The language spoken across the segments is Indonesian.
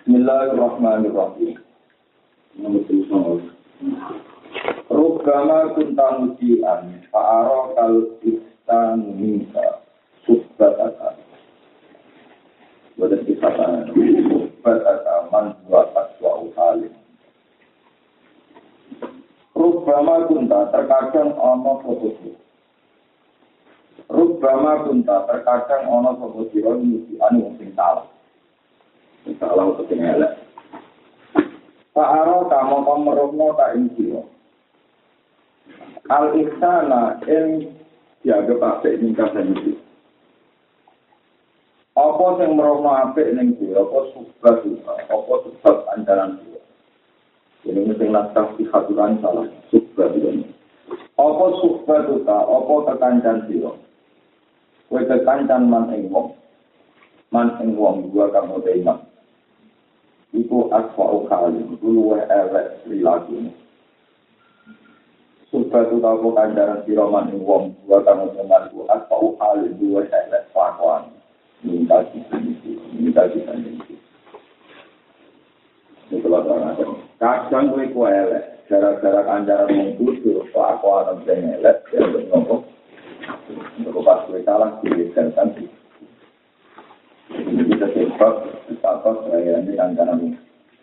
Bismillahirrahmanirrahim. Rubbama kunta musian fa'ara kal ihsan minka subbataka. Wadah kisahnya subbataka man huwa aswa'u halim. Rubbama kunta terkadang ana fotoku. Rubbama kunta terkadang ana fotoku musian sing salah. Salah untuk elek. Pak Aro kamu meromo tak insiro. Al ihsana yang dianggap apik ning kasan iki. Apa sing meromo apik ning kuwi? Apa subhat apa subhat andalan kuwi? Ini sing latak haturan salah subhat iki. Apa subhat apa kekancan sira? Kowe kekancan man ing wong. Man ing wong gua kamu iman. Iku aswa'u kalim, luwe elek perilaku. Sudah tu tahu kandaran siraman ing wong, dua kamu teman iku aswa'u kalim, luwe elek kelakuan. Minta kita. Ini kalau terang-terang. Kadang kowe ku elek, gara-gara kandaran wong kudu, kelakuan yang elek, yang bernopo. Untuk pas kowe salah, diberikan. Ini kita sebab saya ini kandaran.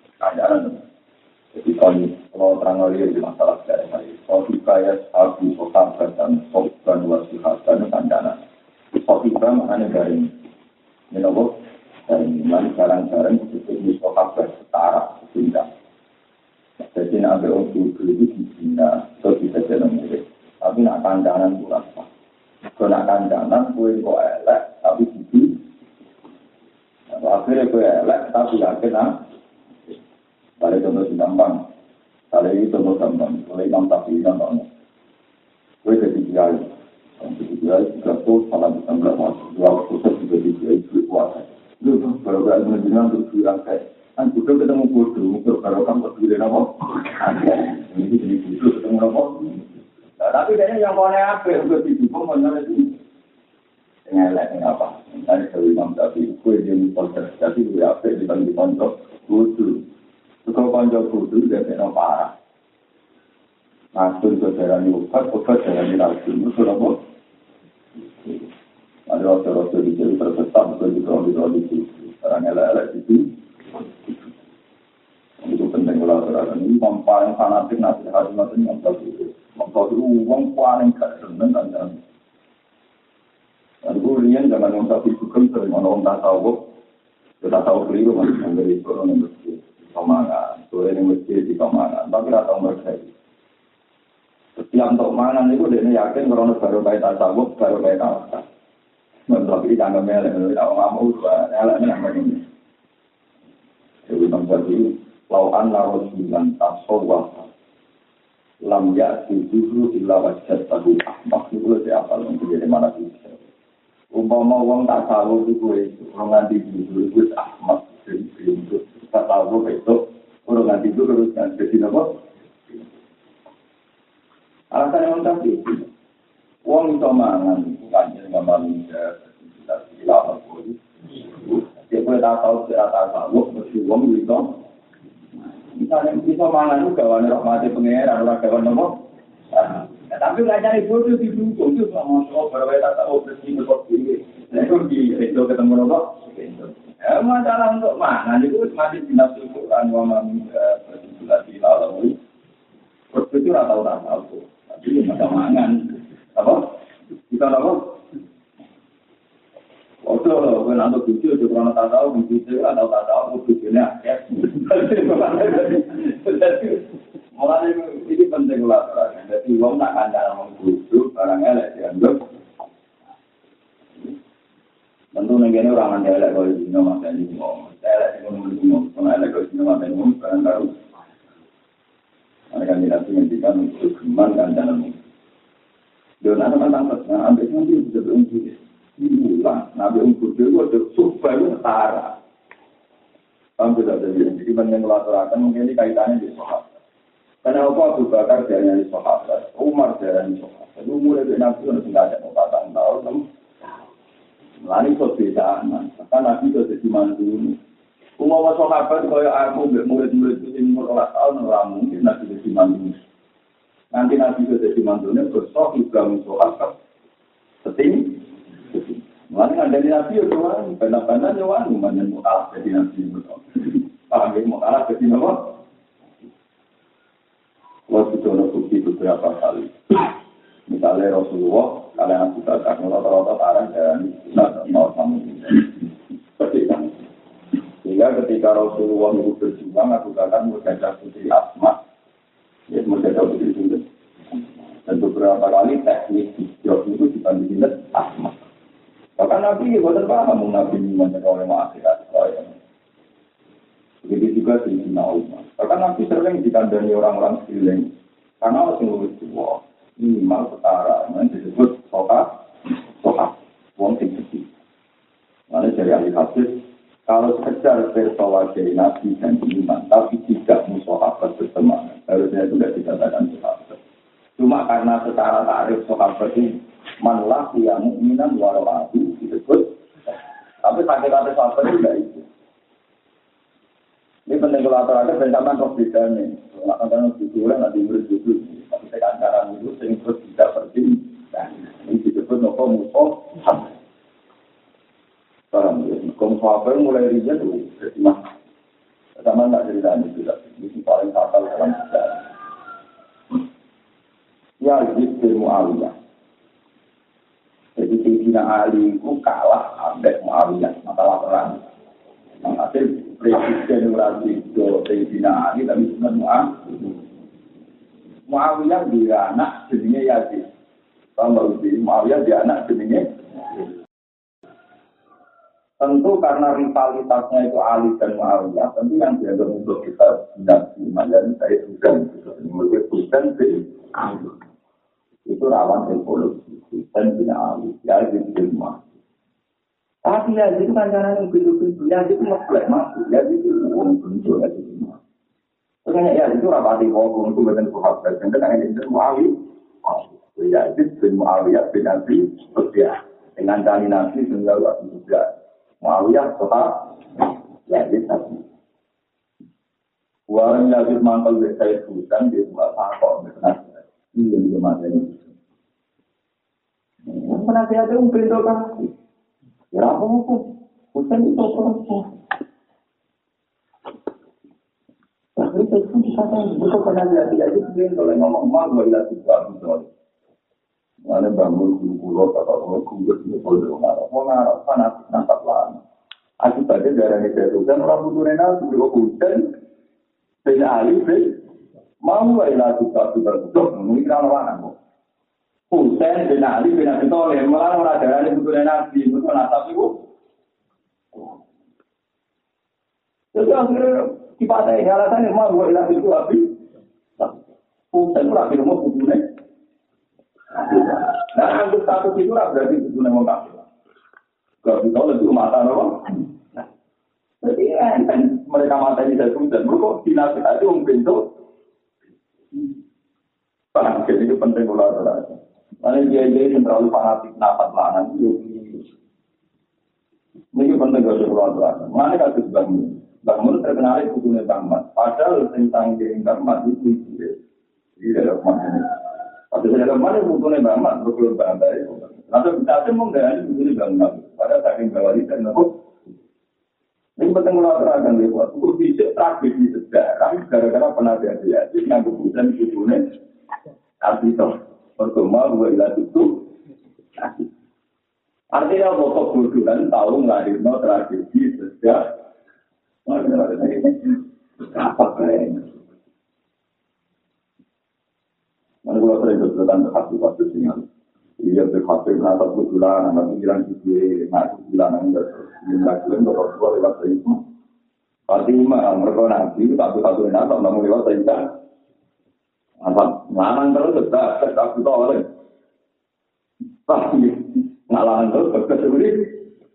Jadi kalau terang di masalah sejarah saya, kalau dikaya abu sohabat dan sohaban wasihatan kandaran. Sohabat maknanya garing. Ini loh, garing iman, jarang-jarang itu sohabat setara, tidak. Jadi nak ambil untuk itu tidak, so bisa jalan murid. Tapi nak kandaran kurang sah. Kalau nak kandaran, kue kok elek, tapi gitu. Akhirnya kue elek, tapi yakin Kalau contoh gampang, kalau itu contoh gampang, kalau Imam Syafi'i gampang, gue jadi kiai, salah bisa berapa, dua khusus juga di kiai itu kuasa. Lu kalau gak menjelang untuk bilang kayak, kan udah ketemu bodoh, kalau kamu berdiri apa? Ini jadi bodoh ketemu apa? Tapi kayaknya yang kau apa? Udah didukung mana itu? Ngelak apa? Tadi kalau Imam Syafi'i, gue dia mempelajari, jadi gue apa di pondok bodoh. Kalau konjol kudu dia kena parah. Langsung ke jalan obat jalan racun. Itu apa? Ada rasa-rasa di sini tertetap di situ. Orang elek-elek itu. Itu penting kalau ini paling fanatik nasihat ini yang bagus. Maksud itu uang paling gak seneng kan. Dan kemudian zaman yang tapi hukum sering orang tak tahu. Kita tahu keliru masih yang dari ekonomi bersih. Kemangan, sore ini mesti di kemangan, tapi rata mereka. Setiap untuk mangan itu dia yakin kalau baru baik tasawuf, baru baik tawakal. Tapi kita nggak melek, kalau nggak mau juga elaknya yang ini. Jadi menjadi lauan larut bilang tasawuf, lam ya'ti dulu illa wajad tahu ahmak itu lebih apa untuk jadi mana bisa. Umpama orang tasawuf itu orang nanti dulu itu ahmak jadi pintu. Tak tahu besok orang nanti itu terus kan jadi apa? Alasan yang tapi uang itu mangan bukan yang manusia tidak hilang pun. Dia boleh tahu secara tahu mesti uang itu. Misalnya kita mangan itu kawan rahmati pengeran orang kawan apa? Tapi belajar ibu itu didukung itu sama soal berbeda tahu bersih bersih. Lalu di itu ketemu apa? Masalah untuk mana itu masih tidak syukuran wamang bersimulasi lalu itu tahu tapi macam mangan apa kita apa kalau nanti tujuh itu kalau tak tahu tujuh atau tak tahu tujuhnya ya mulai ini penting lah jadi uang tak ada mengkudu barang elek dianggap. Tentu negara orang anda elak kalau di nama saya ini ngomong, elak kalau elak kalau di nama saya ngomong barang baru. Mereka tidak menghentikan untuk geman dan dalam. Dia nak tangkap, ambil nanti bisa berungkit. Ini ulang, nabi ungkut dia itu supaya setara. Kamu tidak jadi. Jadi penting melaksanakan mungkin ini kaitannya di sahabat. Karena apa Abu Bakar jalan di sahabat, Umar jalan di sahabat. Umur itu nabi itu tidak ada 4 tahun. Lari kok bedaan, kan nabi itu jadi mandu. Umum sahabat kaya aku mbek murid-murid sing umur 12 tahun ora mungkin nabi dadi mantu. Nanti nabi dadi mantune besok Ibrahim sahabat. Seting. Mana ada nabi yo kan, benar-benar yo anu manjen mu'alaf dadi nabi betul. Paham ya mu'alaf dadi napa? Waktu itu ada bukti beberapa kali. Misalnya Rasulullah, kalian aku katakan rata-rata tarang dan mau kamu seperti itu. Sehingga ketika Rasulullah itu berjuang, aku katakan menjaga putri Asma, ya menjaga putri Sinten. Dan beberapa kali teknik hijrah itu dibandingin Asma. Bahkan Nabi bukan paham Nabi menjaga oleh masyarakat. Begitu juga di Umar. Bahkan Nabi sering dikandani orang-orang sekeliling. Karena harus ngurus tua. Minimal setara. Yang disebut sokat. Wong sing sedih. Mana dari ahli hadis. Kalau sekedar persoalan Nabi dan iman. Tapi tidak musahabat bersemangat. Harusnya itu tidak dikatakan sahabat. Cuma karena secara tarif sahabat ini. Manlah yang mu'minan walau adu disebut. Tapi kata-kata sahabat itu tidak itu. Ini penting kalau atur-atur dan sama roh bedanya. Kalau akan berjualan nanti berjualan. Tapi saya cara itu sering terus tidak penting. Ini disebut nopo musuh. Paham ya? Musuh apa yang mulai ringan itu jadi mah. Sama tak ceritanya juga. Ini paling fatal dalam sejarah. Ya, Yazid Muawiyah. Jadi Sayyidina Ali itu kalah ambek Muawiyah masalah perang. Hasil presiden Rasul Sayyidina Ali tapi sebenarnya Muawiyah dia anak jenenge Yazid. Kalau Muawiyah dia anak jenenge. Tentu karena rivalitasnya itu Ali dan Muawiyah, tentu yang dianggap untuk kita tidak dimana saya bukan bukan itu rawan evolusi dan tidak Ali Yazid ilmu. Tapi ya itu kan caranya hidup-hidup, ya itu ngeplek masuk, ya itu muncul ya itu semua. Makanya ya itu rapati hukum itu bukan sahabat, dan dengan itu Muawiyah, ya itu bin Muawiyah bin Abi Sufyan dengan cari Nabi sehingga Abi Sufyan, Muawiyah sahabat, ya itu tadi. Warang Yazid mangkal saya Sultan di rumah Sakor, ini yang dimana ini. Penasihat itu pintu kasih. Ya apa Husain itu perempuan. Tapi itu dikatakan itu pernah dia itu kalau ngomong malu ya tidak betul. Mana bangun kulo atau kulo itu kalau orang panas nampak lah. Aku tadi dari itu kan orang butuh renal kulo Husain tidak alih mau ya tidak betul mungkin orang Husain bin Ali bin Abi Thalib malah ora darane putune Nabi, betul nasab iku. Jadi akhirnya dipakai alasannya mau buat ilah itu Abi. Husain ora kira mau putune. Nah, untuk status itu ora berarti putune wong kafir. Kalau itu mata apa? Jadi kan mereka mata ini dari Husain, kok dinasihati wong pintu. Paham, jadi itu penting ulah-ulah. Karena dia yang terlalu fanatik nafas lanang itu. Ini penting gak sesuatu. Mana kasus bangun terkenal itu punya tamat. Padahal tentang yang tamat itu tidak ada mana. Tapi tidak mana punya tamat berkeluar bandai. Nanti kita semua dari punya bangun. Pada saking bawah itu dan aku. Ini penting ulang-ulang lewat. Itu bisa tragedi sejarah gara-gara penasihat dia yang kebutuhan punya artikel. Pertama, gue ilah itu. Artinya, pokok bodohan tahu ngelahirno tragedi sejak. Apa keren? Mana gue sering berkata hati-hati dengan iya berhati menatap bodohan, anak pikiran kita, anak pikiran yang berlaku untuk gue lewat itu. Pasti mereka nanti satu-satu natap namun lewat itu. Apa ngalang terus tak kita oleh tapi ngalang terus berkesulit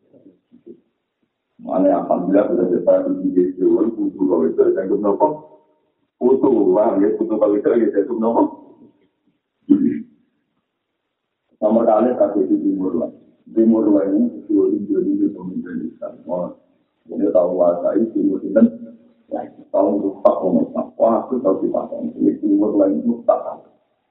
mana alhamdulillah sudah dapat di jual butuh kalau itu saya guna kok butuh lah ya butuh kalau itu saya guna kok nomor kali satu di timur lah ini jual pemimpin Islam Ini tahu bahasa itu dan tahu lupa ngomong. Wah, aku tahu sifatnya. Ini timur lain mustahil.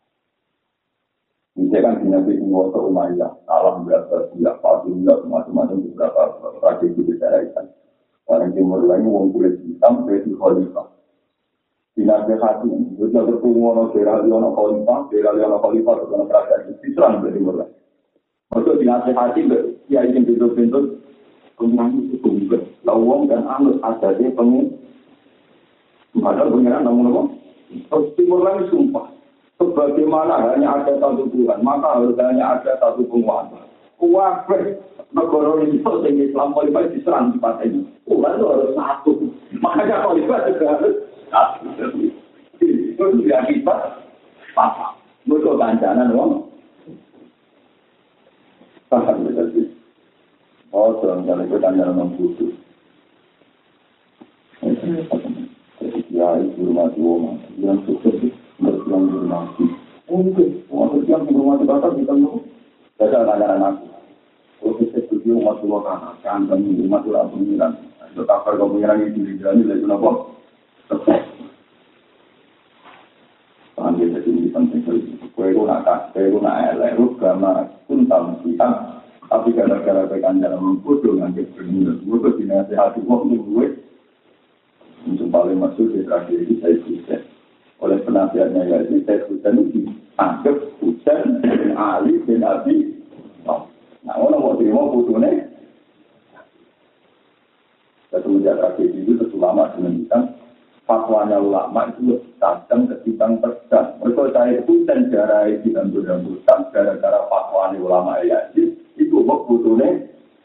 Ini kan dinasti semua ke Umayyah. Alam berapa dia, Fatimiyah, macam-macam beberapa tragedi diceritakan. Orang timur lain wong kulit hitam, kulit khalifah. Dinasti Hatim, itu bertemu orang Sierra Khalifah, Sierra Khalifah dengan kerajaan Islam dari timur lain. Maksud dinasti Hatim, ya ingin bentuk-bentuk pengiran itu juga. Lawang dan anut ada di pengiran. Padahal pengiran namun timur lain sumpah. Sebagaimana hanya ada satu Tuhan, maka harus hanya ada satu penguasa. Kuwafir negara ini sehingga Islam Khalifah diserang di partai ini. Tuhan itu harus satu. Makanya Khalifah juga harus satu. Itu sudah kita paham. Mereka kancanan, wong. Paham betul sih. Oh, jangan itu kancanan membutuh. Ya, itu rumah tua, yang sukses berpulang di rumah. Mungkin, orang yang di rumah terbakar di tengah. Saya ajaran aku. Proses studio umat tua kan kami umat tua pengiran. Betapa pengiran itu dijalani oleh kenapa? Sukses. Panggil jadi ini penting sekali. Kue nak elek, karena pun tahu kita. Tapi gara-gara pekan dalam membutuh nganggep berminat. Mereka dinasihati waktu gue. Untuk paling maksud di terakhir ini saya sukses. Oleh penasihatnya yaitu saya sukses itu dianggap sukses dan ahli dan nabi. Nah, orang mau terima butuhnya. Semenjak tragedi itu ulama menunjukkan fatwanya ulama itu tajam ketimbang tegas. Mereka saya itu dan jarai diambut-ambutkan gara-gara fatwanya ulama yaitu itu butuhnya.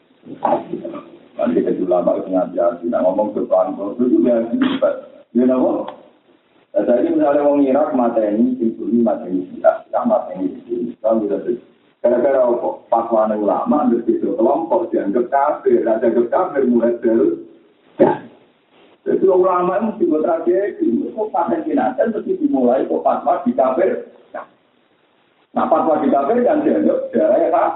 Nanti kita ulama itu ngaji, nak ngomong depan itu juga dia nama. Saya ini misalnya orang Irak mateni, Sintuni mateni kita mateni itu, kan bisa terus. Gara-gara apa? Fatwa ulama berbeda kelompok dianggap kafir, dianggap kafir mulai terus. Jadi ulama itu juga tragedi. Kok paten kinatan terus dimulai kok fatwa di kafir? Nah fatwa di kafir kan dianggap darah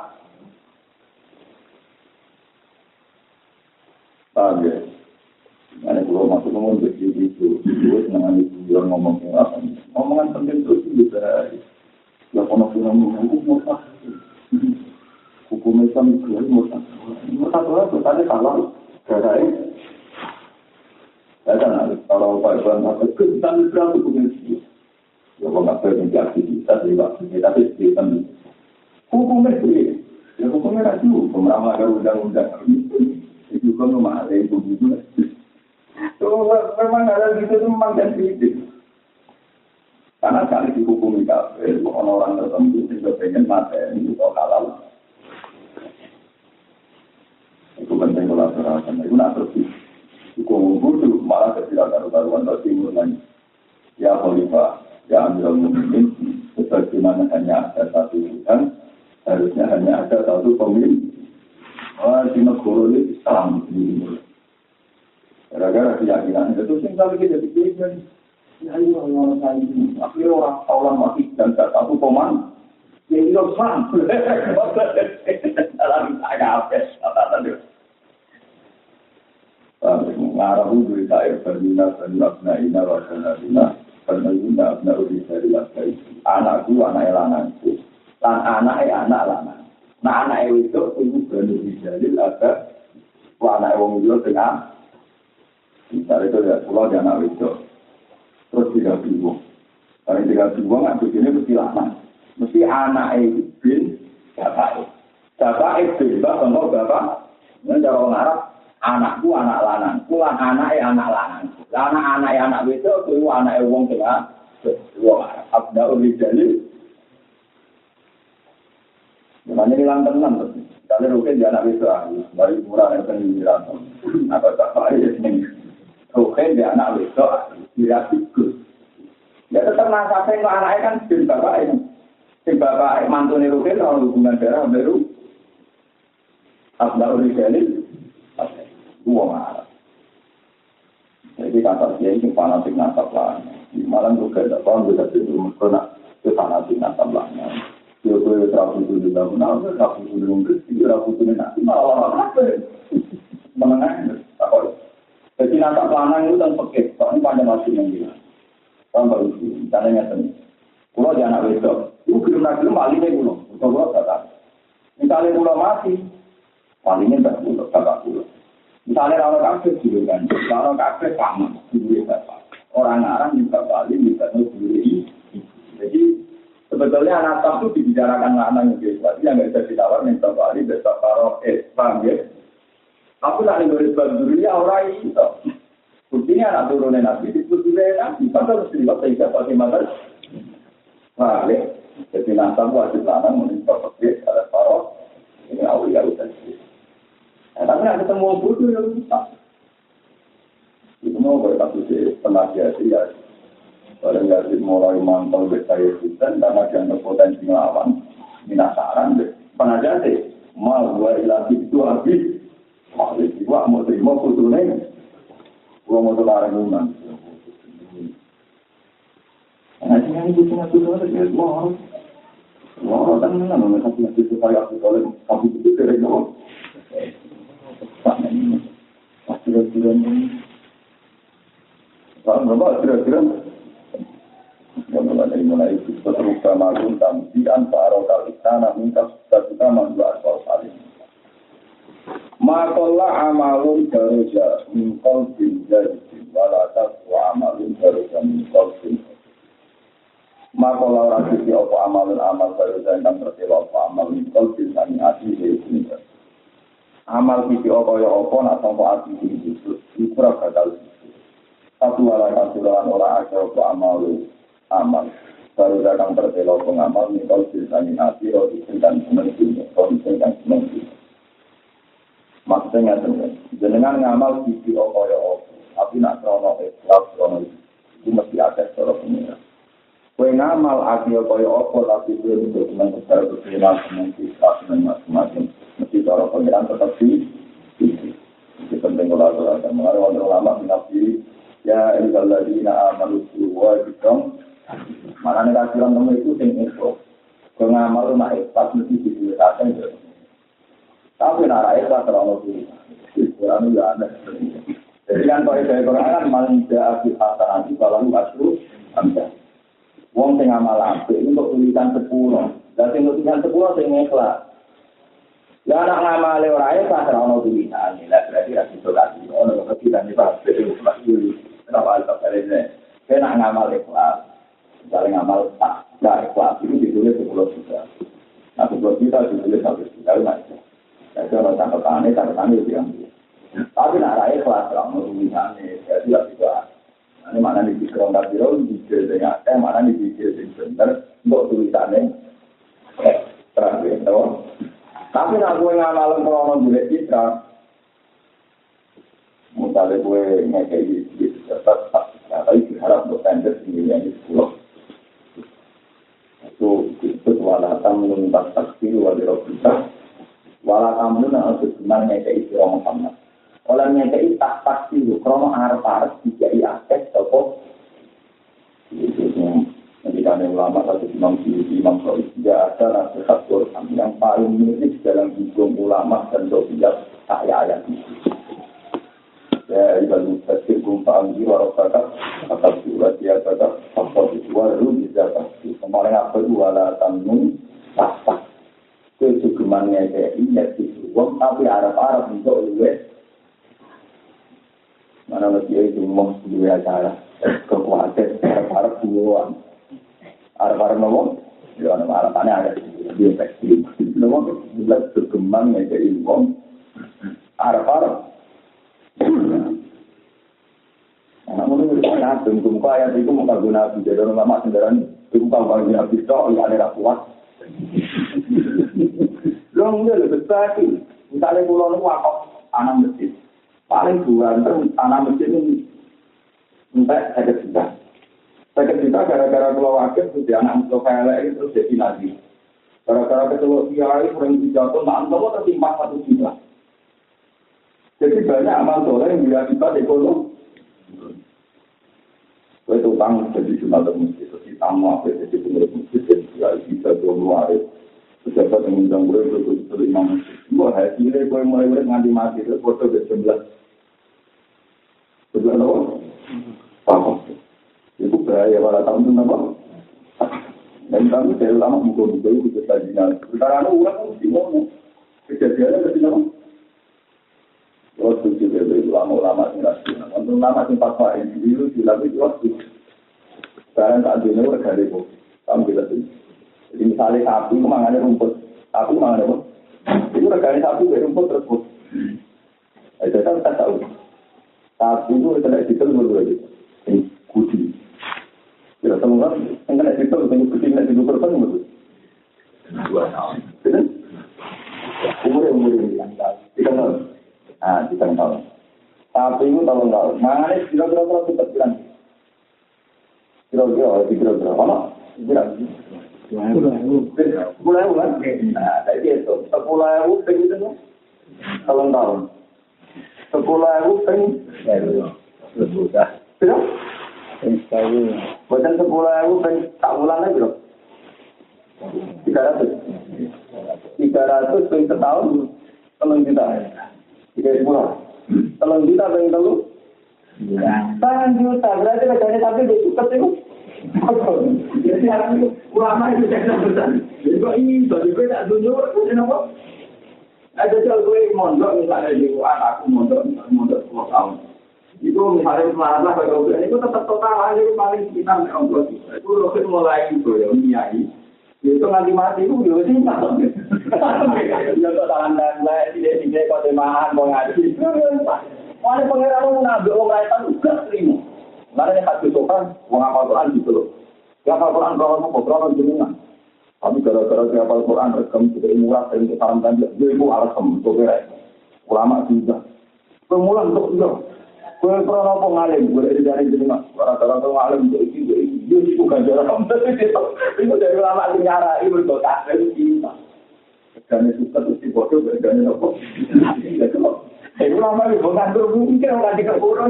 paham ya? Ada kalau masuk ngomong begitu itu dengan itu yang ngomong apa? Ngomongan penting itu bisa. Ya kalau ngomong hukum Islam itu murtad. Murtad itu tadi kalau gara ini. Ya kan kalau Pak Iwan kata kita berarti hukum itu. Ya kalau nggak berarti aktivitas tapi kita hukum itu. Ya hukumnya itu pemerintah undang-undang. Itu kan memang ada itu juga. Memang ada gitu itu memang sensitif. Karena sekali dihukumi kafir, orang tertentu juga pengen materi atau halal. Itu penting kolaborasi. Itu nak terus hukum itu malah kesilakan karuan timur lagi. Ya Khalifah, ya Amirul Mukminin, sebagaimana hanya ada satu Tuhan, harusnya hanya ada satu pemimpin. Di negara ini Islam ini. Gara-gara keyakinan itu sehingga kita jadi keyakinan. Ya orang saya ini, akhirnya orang mati dan tak satu koman. Ya itu Islam. Dalam agama apa tadi? Mengarah dari daerah Bernina dan Abnaina Wasanadina, Bernina Abna Udi dari Lakai. Anakku, anak lanangku, dan anak lanang. Nah anak itu berani dijalil ada anak orang itu tengah misalnya itu ya pulau di anak itu terus 3 bingung kalau 3 bingung nggak begini mesti lama mesti anak itu bin bapak bin bapak ini cara orang Arab anakku anak lanangku anak anak itu anak orang tengah orang Arab abdul dijalil. Namanya hilang tenang, kalau rukin dia anak itu, dari murah yang penyiram, atau tak baik ini. Rukin dia anak itu, dia ikut. Ya tetap nasabnya kalau anaknya kan bin bapak ini, bin bapak mantunya rukin kalau hubungan darah baru, abdul dijalil, dua marah. Jadi kata dia ini fanatik nasab lah. Malam juga tidak paham bisa tidur karena itu fanatik nasab lah. Yo kowe rapu kudu bangun, rapu kudu ngombe, rapu kudu nanti malah apa? Menengah, takut. Jadi nanti lanang itu kan pekit, soalnya pada masih yang bilang. Tahun baru sih, misalnya nyata. Kalau dia anak wedok, itu belum malingnya pulau. Kalau kata, misalnya pulau mati, malingnya tak pulau, tak pulau. Misalnya orang kafe juga kan, orang kafe sama, juga apa. Orang juga paling juga nuburi. Jadi sebetulnya anak itu dibicarakan lanang yang biasa, yang nggak bisa ditawar minta balik besok taruh paham ya. Aku nak ngurus banduria orang itu. Buktinya anak turunnya nabi disebut juga nabi, padahal harus dilihat sehingga pasti mater. Balik, jadi nasab wajib lanang meminta pergi ada taruh ini awal udah sih. Tapi nak ketemu bodoh yang bisa. Itu mau berkata penasihat ya. Kalau nggak mulai mantau saya hutan karena dia berpotensi melawan minasaran deh. Penasihat sih mal dua lagi itu habis. Mal itu mau terima fotonya. Gua mau terlarang ulang. Nanti yang itu cuma itu saja. Wah, kan mana mereka punya supaya aku kalau kamu itu dari nol. Kira-kira ini. Berapa kira-kira? Mulai itu terbuka maklum tamsian para kalisana minta kita membuat soal saling. Makola amalun daroja minkol bin jadi walatas wa amalun daroja minkol bin. Makola rasisi apa amalun amal daroja yang tersewa apa amal minkol bin sani ati ini. Amal sisi apa ya apa nak sampai ati ini ikura gagal. Satu walakan sulawan orang aja apa amal baru datang terselok pengamal mikal silsani hati roti dan seneng-seneng konsen dan seneng-seneng maksudnya jenengan ngamal sisi opo tapi nak krono ikhlas krono itu mesti ada cara pengira kue ngamal aki opo tapi itu untuk seneng besar berkenal seneng ikhlas seneng macam-macam mesti cara pengiran tetap di itu penting kalau ada mengenai ulama binafsi ya illalladina amalu wa bikum mana nih kasihan kamu itu tinggi itu pengamal rumah ikhlas mesti dibiasakan tapi nara ikhlas terlalu kurang juga ada jadi kan kalau saya kurang kan malah tidak hasil nanti kalau aslu anda wong sing amal apik untuk tulisan 10 dan sing tulisan 10 sing ikhlas ya anak ngamale ora ikhlas terlalu tulisan lah berarti ra iso lagi ono kita nih Pak ikhlas dulu kenapa tak ada kena ngamal ikhlas misalnya ngamal tak ikhlas itu ditulis 10 juta. Nah 10 juta ditulis 1 juta macam. Jadi kalau catatan itu diambil. Tapi nak ikhlas lah tulisannya jadi tidak bisa. Ini mana dipikir orang kafir dipikir dengan mana dipikir benar untuk tulisannya terakhir tahu. Tapi nak gue ngamal kalau boleh citra. Misalnya gue ngekei tetap tapi berharap untuk tender sendiri yang 10. Itu walatan menuntas taksir walirobita walatan menuntas sebenarnya ke istirahat Muhammad olehnya ke tak taksir krono arep-arep dijai akses toko itu ketika ada ulama satu imam Syafi'i tidak ada nasihat Quran yang paling mirip dalam hukum ulama dan sosial ayat itu ya ibadah tasbih kumpang jiwa rokaat atau surat dia kata apa itu waru bisa pasti kemarin apa wala tanun tak kecukupannya kayak ini itu tapi arab untuk luwes mana lagi itu mau dua acara kekuatan arab semua arab ngomong ya arab ada dia pasti ngomong buat kecukupannya kayak ini arab anak muda berkata, tunggu ayat itu muka guna jadi orang lama senderan tunggu bagi habis doa yang ada kuat. Long dia lebih baik. Misalnya pulau lu wakaf tanam masjid, paling dua tanam masjid ini sampai 1 juta. 1 juta gara-gara pulau wakaf sudah anak muda kaya itu jadi nabi. Gara-gara ketua kiai kurang dijatuh, mantap tertimpa 1 juta. Jadi banyak amal soleh yang berakibat ekonomi. Itu utang jadi cuma masjid, jadi tamu apa jadi pengurus masjid, jadi bisa bermuara. Pejabat yang undang gue itu imam masjid. Gue hasilnya gue mulai nganti mati itu foto ke 11. juga loh. Paham. Itu bahaya pada tahun itu apa? Dan kami dari lama buka-buka itu kejadian. Sekarang orang mesti ngomong. Kejadiannya ketika apa? Waktu juga dari ulama-ulama nasional. Untuk ulama tempat lain itu dilakukan waktu. Sekarang saat ini orang dari itu. Kamu tidak tahu. Jadi misalnya sapi itu mangannya rumput. Sapi mangannya apa? Itu regane sapi dari rumput terus. Itu kan tak tahu. Sapi itu tidak ditelur lagi. Ini kudi. Kira semua yang kena ditelur, yang kudi kena ditelur betul. 2 tahun. Betul? Umur ini. 3 tahun. 3 tahun. Sapi itu tahun. Mangannya kira-kira cepat bilang. Kira-kira. Mana? Mulai kan? Nah, jadi itu. 10.000 begitu kan? Tahun. 10.000 kan? Sudah. Berapa? Bukan 10.000 kan? Tak bulannya berapa? 300 kan setahun? 3 juta. 3 bulan. 3 juta kan itu? 3 juta. Berarti kerjanya tapi cukup itu. Jadi ulama itu jangan besar. Jadi kok ini bagi gue tak tunjuk, kenapa? Ada jual gue mondok misalnya di anakku mondok 10 tahun. Itu misalnya masalah kalau gue itu tetap total aja paling sekitar 60 juta. Itu roket mulai itu ya niai. Itu nanti mati itu juga sih tak. Ya kok tangan dan lain tidak kok temahan mau ngaji. Wali pengeran nabi orang lain juga terima. Karena hadis sopan, menghafal Quran gitu loh. Menghafal Quran berapa jenengan. Tapi gara-gara menghafal Quran, rekam juga murah dan sarankan dia itu alasan untuk beres. Ulama juga. Pemulang untuk itu. Gue pernah ngalim, gue dari jenengan. Gara-gara ngalim untuk itu, dia bukan jarak. Itu dari ulama sejarah, itu berdoa dari kita. Dan itu terus dibodoh, dan itu apa? Itu lama itu ngantur mungkin orang di keburu.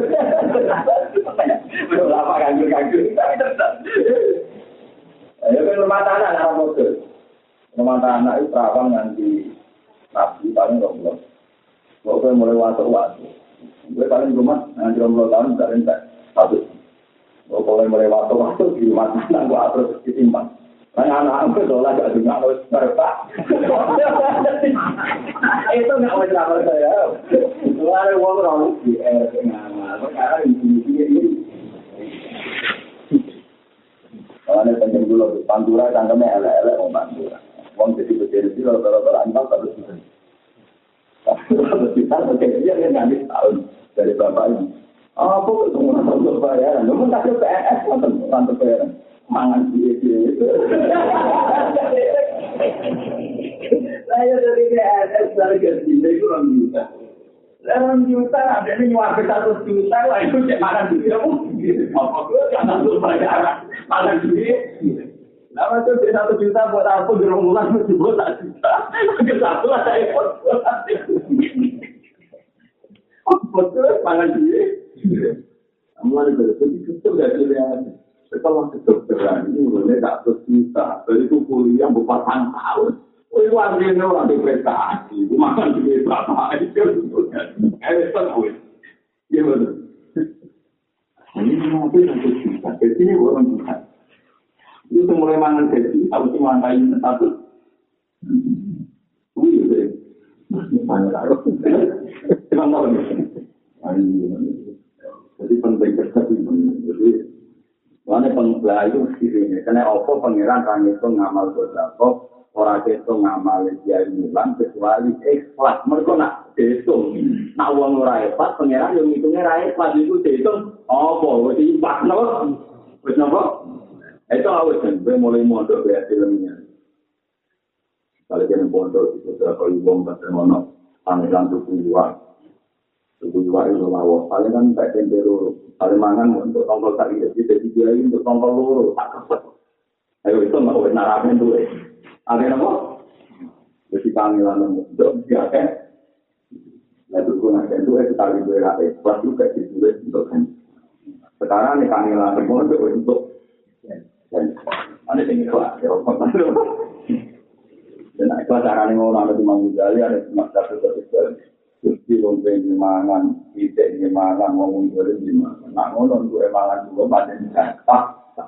Lama kantor. Tapi tetap. Ayo rumah tanah nak motor. Rumah tanah itu terawang nanti nabi paling rombong. Pokoknya mulai waktu. Gue paling rumah nanti rombong tahun dari satu. Pokoknya mulai waktu di rumah tanah gue terus disimpan. Anak-anak itu lah gak dengar harus berpak. Itu nggak mau lapor saya. Lalu orang di ngamal. Sekarang ini. Kalau pengen dulu Pantura cangkemnya elek-elek mau Pantura. Uang jadi berdiri kalau antar terus. Terus kita bekerja kan habis tahun dari bapak ini. Apa ketemu untuk bayaran? Lu tak ada PNS untuk bayaran. Mangan dia. Saya dari PNS dari gaji itu orang juta. Orang juta ada ini nyuap 100 juta lah itu cek makan dia mungkin. Apa gue jangan untuk bayaran makan dia. Nama itu 1 juta buat apa gerombolan mesti buat 1 juta. Kesatu lah saya buat. Betul makan dia. Amal itu dari yang setelah kedokteran ini mulai tak terpisah. Dari itu kuliah 4 tahun. Itu artinya orang depresi. Makan duit berapa itu. Tahu. Ya betul. Ini mungkin untuk kita. Jadi ini orang kita. Itu mulai mangan gaji. Harus dimantai satu. Iya deh. Mana taruh. Memang tahu nih. Jadi penting sekali. Jadi mana pengbelah itu sendiri. Karena apa pangeran kami itu ngamal berapa, orang itu ngamal dia mulan kecuali ikhlas. Mereka nak dihitung, nak uang orang ikhlas, pangeran yang hitungnya ikhlas itu dihitung. Oh, jadi empat no, wes nopo. Itu awal kan, mulai mondok ya filmnya. Kalau kita mondok itu berapa uang bagaimana pangeran tuh kuat. Tujuh hari lalu, paling kan tak cenderung, paling mangan untuk tongkol tadi, jadi dia untuk tongkol loro tak kepet. Ayo itu mau narapen tuh, ada apa? Jadi panggilan untuk dia kan, lalu gunakan tuh kita lihat ada kelas juga ditulis untuk kan. Sekarang nih panggilan semua untuk dan ada yang kelas, ya dan kelas cara nih orang ada di Manggujali, ada di Mas Satu. Jadi lonteng mangan kita ini malah ngomong gimana. Nak ngono gue malah juga pada tak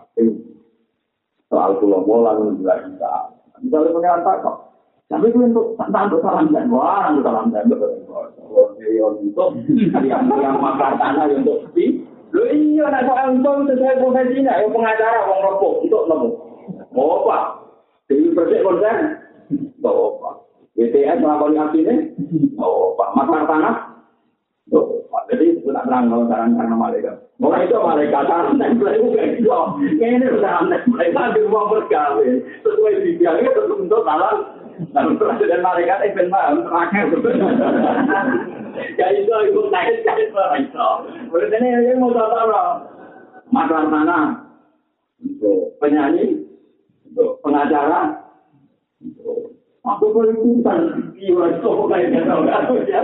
soal pulau bola juga bisa. Misalnya pengen kok. Tapi itu untuk untuk salam dan wah, untuk salam dan kalau dia untuk yang makan tanah untuk sepi. Lu iya nak soal untuk sesuai profesinya, yang pengacara orang rokok untuk nemu. Mau apa? Dewi Persik konsen? Mau apa? BTS melakukan aksinya? Mau apa? Makan tanah? Jadi itu tak terang kalau karena malaikat. Orang itu malaikat salam nempel itu kayak gitu. Ini salam nempel di rumah bergawe. Sesuai dibiangnya untuk salam. Lalu presiden malaikat event malam terakhir. Jadi itu kait mereka. Berarti ini mau tahu makan tanah untuk penyanyi, untuk pengacara. Aku boleh bukan jiwa itu kayaknya tahu ya.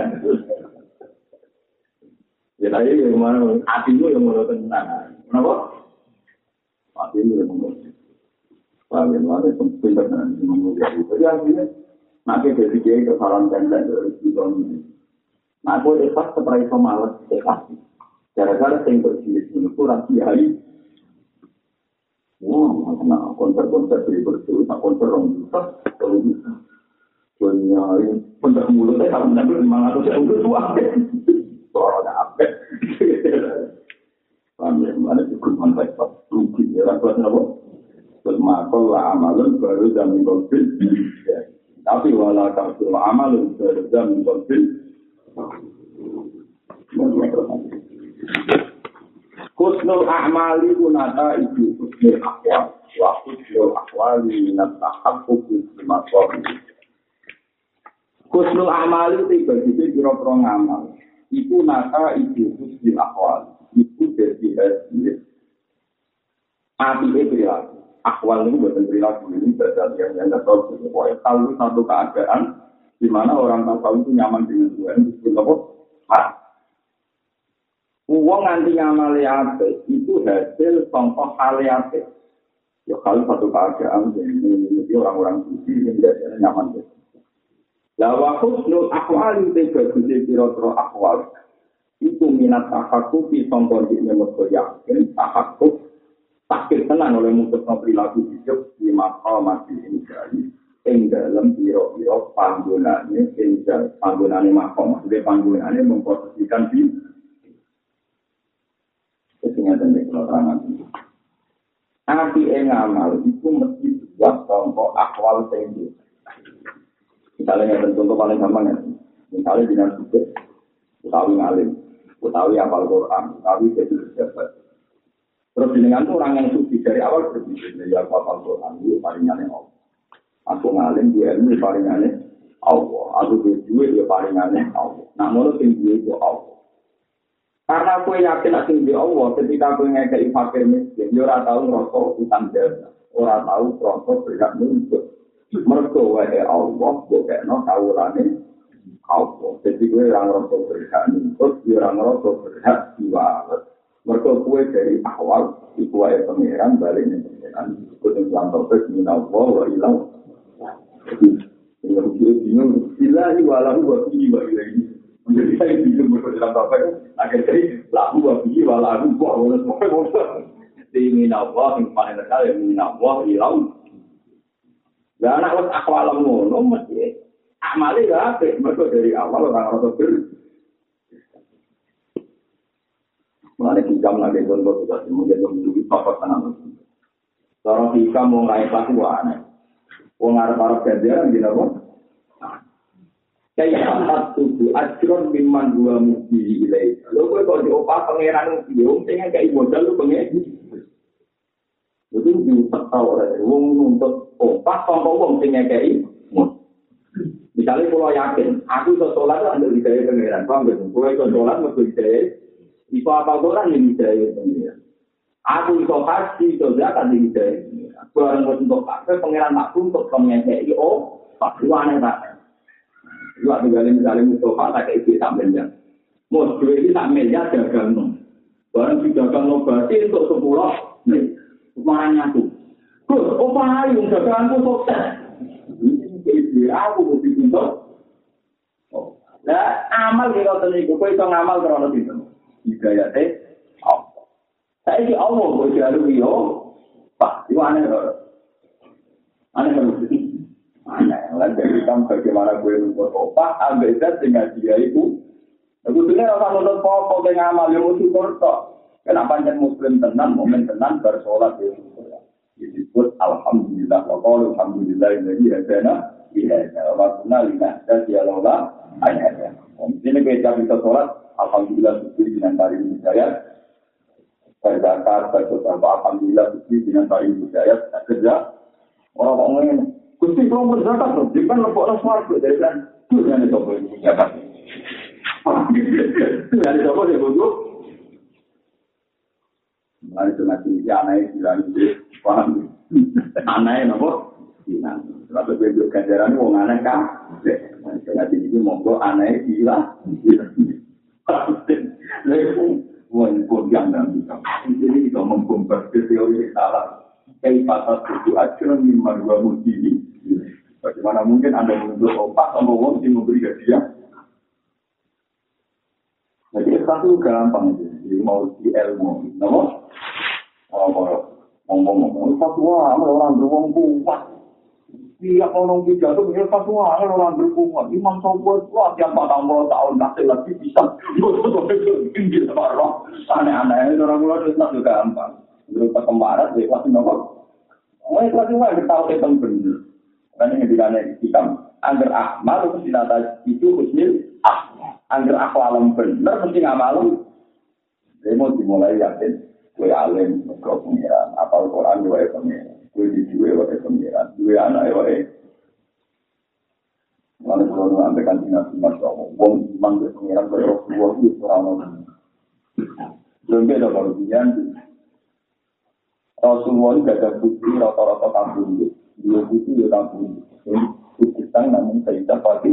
Ya tadi kemarin hatimu yang mau tenang. Kenapa? Hatimu yang mau. Bagaimana pintar dan menguji. Jadi akhirnya nanti dari dia ke salam tenda dari tahun. Nah, aku ikhlas setelah itu malas ikhlas. Gara-gara saya bersih itu kurang kiai. Wah, makna konser-konser dari bersih, konser orang bisa, kalau bisa. Punya konser mulutnya kalau menambil 500 euro tua. Soalnya apa? Kami mana cukup manfaat rugi ya rakyat apa? Bermakul lah amalun baru jamin konflik. Tapi wala kasul amalun baru jamin konflik. Husnul a'mali kunata itu husnul akwal. Wa husnul akwali natahaqqu fi maqam. Husnul a'mali itu bagi pira-pira ngamal. Iku nata itu husnul akwal. Iku jadi hasil. Api perilaku. Akwal ini bukan perilaku ini berdasar yang tidak tahu. Pokoknya kalau satu keadaan di mana orang tahu itu nyaman dengan Tuhan, itu apa? Uang anti ngamali ape itu hasil contoh hal ape. Ya kalau satu keadaan ini orang-orang suci yang biasanya nyaman. Lah husnul akwal itu berarti pira-pira akwal. Itu minat tahakuk di sangkon di mergo yakin tahakuk takdir tenan oleh mutus perilaku hidup di maqam ini jadi ing dalam pira-pira panggonane ing panggonane maqam maksudnya panggonane memposisikan di sehingga dan keterangan. Api ngamal itu mesti buat contoh akwal tinggi. Misalnya yang contoh paling gampang ya, misalnya dengan suci, utawi ngalim, utawi apal Quran, utawi jadi pejabat. Terus dengan orang yang suci dari awal berbisnis dari apal Quran itu palingannya Allah. Aku ngalim dia ini palingannya Allah. Aku berjuang dia palingannya Allah. Nah menurut tinggi itu Allah. Karena aku yakin asing di Allah, ketika aku ngekei fakir miskin, dia orang tahu rosok utang jasa, orang tahu rosok berhak nuntut. Mereka wae Allah, bukekno kawulane Allah. Jadi gue orang rosok berhak nuntut, dia orang rosok berhak diwales. Mereka gue dari awal, iku wae pangeran baliknya pangeran, ikut yang topik minallah wa ilah. Jadi dia bingung, ilahi walahu wa fihi wa ilahi. Menjadi saya bingung berdalam topik. Akhirnya lagu wabi walagu wala semua di minallah yang paling terkenal ya minallah ilau. Dan anak was akwalam ngono mesti amali gak apik mergo dari awal orang rasa ber. Mulane hikam lagi contoh sudah mungkin menjadi pokok tanam. Orang hikam mau ngai pasti aneh. Wong arep-arep ganjaran gitu apa? Kayak empat tujuh ajron mimman dua mukti ilai. Lalu kalau diopah pangeran biung, dengan kayak modal lu pengen. Itu diutak tahu orang wong nuntut opah sama wong dengan kayak. Misalnya kalau yakin, aku sholat ada di daya pangeran, paham gak? Kalau sholat mesti di daya. Iku apa orang yang di daya pangeran? Aku iso haji, iso zakat di daya. Barang untuk apa? Pangeran aku untuk pengen kayak tak aneh tak. Dua misalnya Mustafa tak kayak itu tak miliar. Mau dua ini tak miliar dagang no. Barang si dagang no berarti untuk 10 nih. Semuanya tuh. Gus, apa yang dagangku sukses? Ini aku mesti untuk. Oh, Lah amal ki kok niku kowe iso ngamal krono pinten. Hidayate apa? Saiki Allah kok jalu yo. Pak, itu aneh lho. Aneh lho. Aneh. Lah jadi kan bagaimana gue nuntut opak ambek zat dengan dia itu. Sebetulnya orang nuntut pokok dengan amal yang syukur tok. Kenapa pancen muslim tenan, momen tenan bersolat ya. Disebut alhamdulillah wa qala alhamdulillah alladzi hadana ila rabbina lina dadiyallah ayatnya. Ini kita bisa sholat alhamdulillah syukur dengan tari hidayat. Berzakat, berdoa alhamdulillah syukur dengan tari hidayat. Kerja orang-orang ini Gusti kalau berzakat tuh, jangan lepok rasmar dari kan. Tuh yang dicoba ini jabat. Tuh yang dicoba dia bodoh. Mari kita nanti aneh bilang itu paham. Aneh nopo? Bilang. Lalu bebek ganjaran itu orang aneh kan? Nanti ini monggo aneh gila. Lalu pun yang nanti ini kita membongkar teori salah. Kayak pasal itu acuan lima dua mudi. Bagaimana mungkin Anda menuntut opak sama orang yang memberi hadiah? Jadi satu gampang jadi mau di ilmu, nama? Ngomong fatwa orang beruang kuat. Dia orang bijak itu punya fatwa orang berkuat. Imam Sobat wah tiap 40 tahun nanti lagi bisa. Tinggi parah. Aneh-aneh orang luar itu satu gampang. Berupa kemarin di kelas nomor. Kelas nomor kita tahu itu benar. Karena yang dikatakan kita angger amal itu sinata itu husnul akhlak. Angger akhlak benar mesti ngamal. Dia mau dimulai yakin. Kue alim, kau pengiran, apal Quran dua pengiran, kue dijual dua pengiran, dua anak dua. Lalu kalau mengampaikan tinggal masya Allah, wong iman dua pengiran Rasulullah itu orang. Belum ada bagian Rasulullah itu ada bukti rata-rata kampung itu, dua bukti ya kampung itu. Bukti sang namun tidak pasti.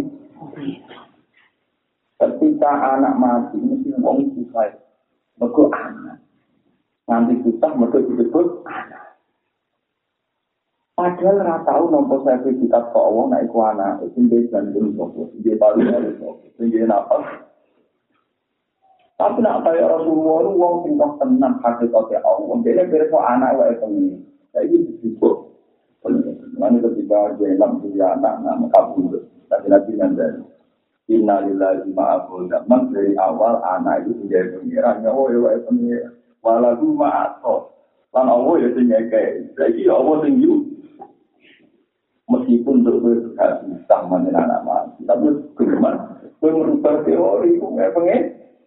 Ketika anak mati, mesti wong susah, mergo anak. Nanti susah mereka disebut anak. Padahal ratau nombor sertifikat ke Allah naik ke anak. Itu dia gandung sopo. Dia baru sopo. Dia nafas. Tapi nak kaya Rasulullah itu orang tinggal tenang hakikatnya Allah. Dia berapa anak itu ini. Jadi disebut. Lalu ketika Zainab punya anak nama kabur. Tapi Nabi Nandari. Innalillahi ma'aful zaman. Dari awal anak itu menjadi pengiran. Oh ya pengiran. Walau ma'ato, lan Allah ya sing ngekei. Saiki ya Allah sing yu. Meskipun terus gak bisa mengenal anak tapi gimana? Kowe merubah teori ku nggak pengen.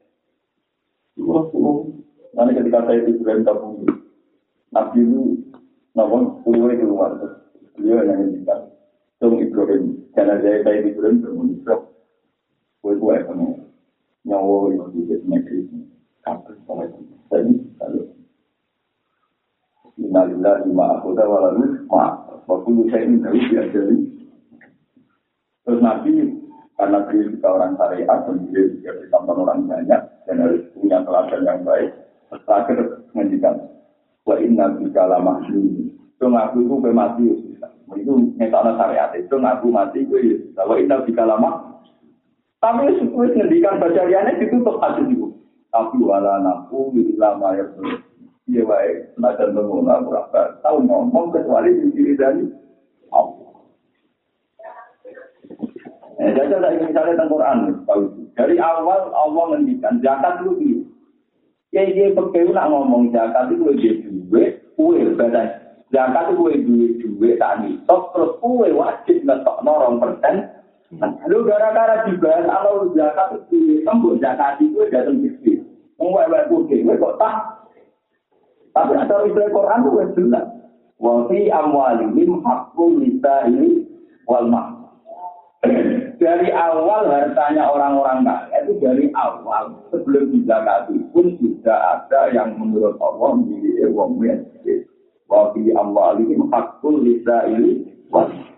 Nanti ketika saya di Ibrahim tabung, Nabi itu namun keluar keluar, beliau yang ngendikan, Tung Ibrahim, karena saya di Ibrahim bermunculan, kowe pengen nyawa itu di negeri kapan sampai tadi kalau innalillahi ma'akhudha wa lahu waktu saya ini tahu diajari terus Nabi karena beliau juga orang syariat dan beliau juga ditonton orang banyak dan harus punya teladan yang baik terakhir menghentikan wa inna bika la mahzun itu ngaku itu mati itu ngetokno syariat itu ngaku mati itu wa inna bika la mahzun tapi sesuai ngendikan bacariannya ditutup hadis itu tapi wala nafu ilama ya iya baik senajan mengolah berapa tahu ngomong kecuali diri dari Allah. Jadi saya ingin misalnya tentang Quran tahu dari awal Allah mendikan zakat dulu dia. Dia pakai nak ngomong zakat itu dia duit, kue badan zakat itu duit tadi. Terus kue wajib ngetok 0%. Lalu gara-gara dibahas kalau zakat itu tembok zakat itu datang bisnis. Mengwek-wek putih, kok tak? Tapi ada istilah Quran itu jelas. Wa fi amwalihim haqqul lisaili wal ma. Dari awal hartanya orang-orang kaya itu dari awal sebelum dizakati pun sudah ada yang menurut Allah milik wong miskin. Wa fi amwalihim haqqul lisaili wal ma.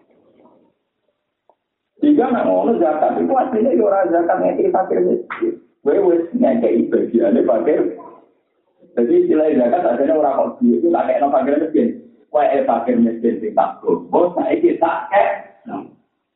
Jika nak ngono zakat itu aslinya ora zakat ngeki fakir miskin. Wes ngekei bagiannya fakir. Jadi istilah zakat adanya orang kok itu tak kayak no fakir miskin. Fakir miskin sing takut. Bos saiki tak kek.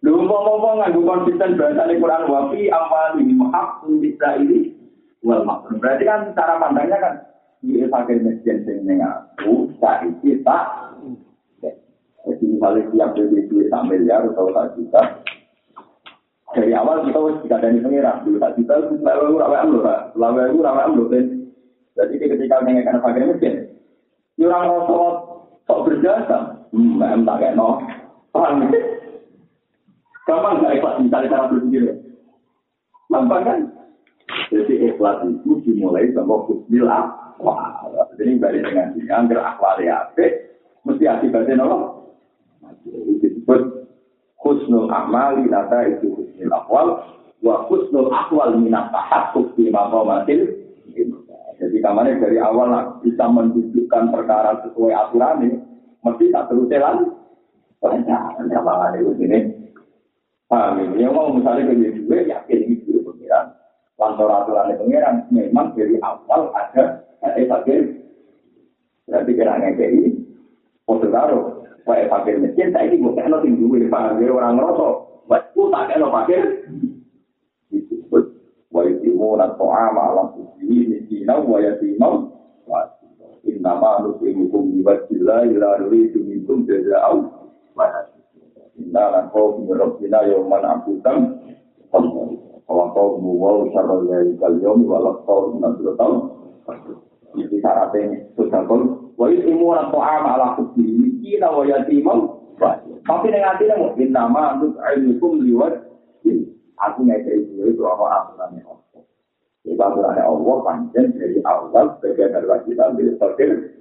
Lu ngomong nganggo konsisten bahasa Al-Qur'an wa fi amwalihim haqqun lis-sa'ili wal mahrum. Berarti kan cara pandangnya kan iki fakir miskin sing ning aku saiki tak. Jadi misalnya tiap beli duit 1 miliar atau 1 juta. Dari awal kita harus dikadani pengira. Dulu 1 juta itu selalu ramai Jadi ketika mengenai fakir miskin, orang rosot sok berjasa. Tak kayak no. Paham ya? Gampang nggak ikhlas misalnya cara berpikir? Gampang kan? Jadi ikhlas itu dimulai sama husnul akhwal. Jadi balik dengan sini, agar akhwal ya, mesti akibatnya nolong. Itu disebut husnul amali nada itu husnul akhwal, wa husnul akhwal minat tahakkuk di maqamatil. Jadi kamarnya dari awal bisa menunjukkan perkara sesuai aturan ini, mesti tak terus jalan. Banyak apa itu sini. Paham ya? Yang mau misalnya ke gue yakin ini dulu pengiran. Lantor aturan pengiran memang dari awal ada fakir. Berarti kira-kira ini positaro. Wah fakir miskin saya ini bukan nanti gue paham ya orang ngerosok. Wah aku tak kena fakir. Disebut wa yutimuna ta'ama ala sujudi miskina wa yatimam wa innama nusimukum biwajillah ila nuridu minkum jaza'aw wa inna lakum rabbina yawman abudan wa qawmu wa syarrul yalikal yawmi wa laqaw nasratan ini syaratnya sudahkon wa yutimuna ta'ama ala sujudi miskina wa yatimam tapi dengan hatinya innama nusimukum biwajillah aku ngajari itu apa aturannya Allah. Itu aturannya Allah panjang dari awal sebagai darah kita ambil fakir.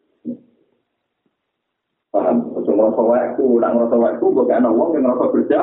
Paham? Untuk ngerasa waktu, nak ngerasa waktu bukan Allah yang ngerasa kerja.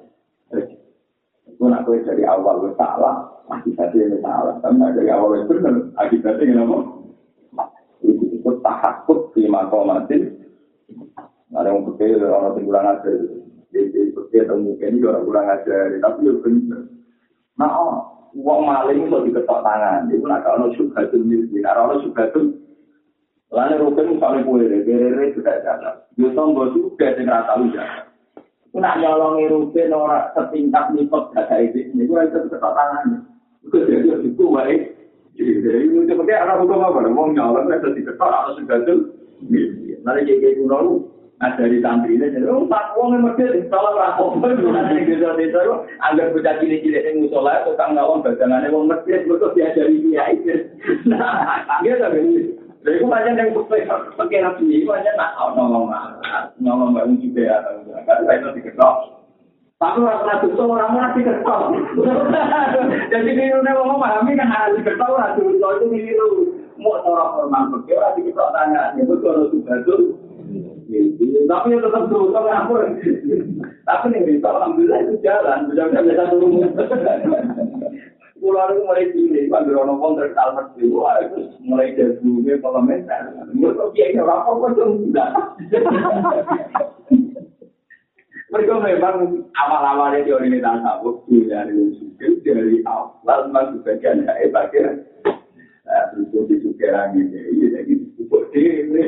Itu nak dari awal itu salah, akibatnya itu salah. Tapi dari awal itu benar, akibatnya kenapa? Itu disebut tahakkuk di maqamatin. Ada yang betul, orang yang kurang ajar. Jadi atau mungkin juga orang kurang ajar, tapi ya benar. Nah, uang maling itu diketok tangan. Itu nak kalau subhatul miskin, kalau subhatul, lalu rukun misalnya kue dere sudah jalan. Justru bos juga tidak tahu jalan. Itu nak nyolongi rukun orang setingkat nipot gak ada itu. Itu harus diketok tangan. Itu jadi itu baik. Jadi itu seperti orang hukum apa? Uang nyolong harus diketok atau subhatul miskin. Lalu jadi kuno dari santri ini, tak uang yang mesti salah rakok, nanti desa-desa itu agar bocah cilik-cilik yang musola, tukang ngawang dagangannya uang mesti betul diajari dia itu. Nah, dia tapi, dari itu banyak yang pakai nafsu ini banyak nak ngomong bangun juga atau enggak, itu diketok. Tapi orang itu orang mati diketok. Jadi dia ngomong memahami kan harus diketok, harus itu niru. Mau orang normal begitu, harus diketok tanya, itu kalau sudah tuh. Tapi tetap dulu ngapur. Tapi nih, alhamdulillah itu jalan, bisa turun. Pulau itu mulai gini, panggil orang kontrak almat itu, itu mulai dari dulu parlementer. Mereka biayanya orang apa pun tidak. Mereka memang awal-awalnya di organisasi sabuk dari usul dari awal masuk bagian bagian. Terus disukai ini, jadi cukup deh.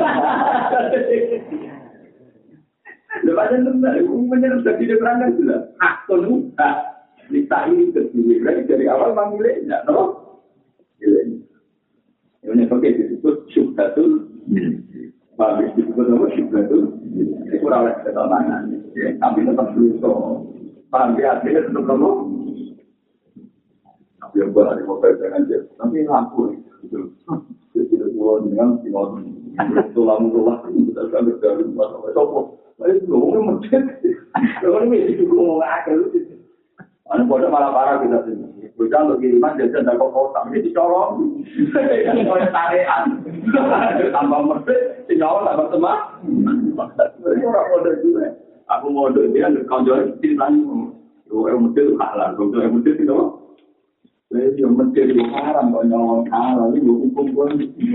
Lepas itu menyerap dari perangkat sudah. Akton hak kita ini terdiri dari awal manggilnya, no? Ini pakai disebut syubhatul. Habis disebut apa syubhatul? Itu kurang lebih ketenangan. Tapi tetap berusaha. Paham ya? Akhirnya tetap kamu. Yang berada di mobil dengan dia, tapi lampu itu tidak keluar dengan timur. Tulang kita akan berjalan bersama sopo. Lalu ngomong macam, kalau ini juga ngomong akal. Anu bodoh malah parah kita sini. Bujang untuk kiriman jajan dari kota, ini dicolong. Kalau tarian, tambah mesej, dicolong tambah teman. Ini orang bodoh juga. Aku bodoh dia kawan di sana. Orang muda halal, orang muda itu. Jadi yang mesti diharam kalau nyolong halal ini hukum pun.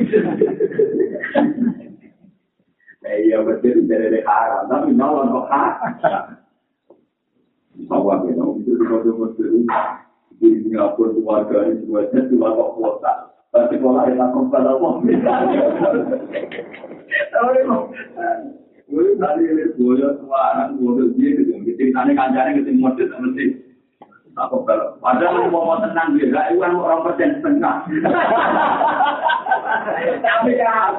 Iya betul dari haram, tapi nyolong kok haram. Bawah ya, itu betul. Di Singapura keluarga ini semuanya cuma kok kuota. Tapi sekolah yang lakukan pada uang. Tahu gue tadi lihat gue semua anak gue dia gitu, ceritanya kancane ketemu modus mesti tak kok. Padahal mau tenang dia, itu kan orang persen setengah. Tapi kan,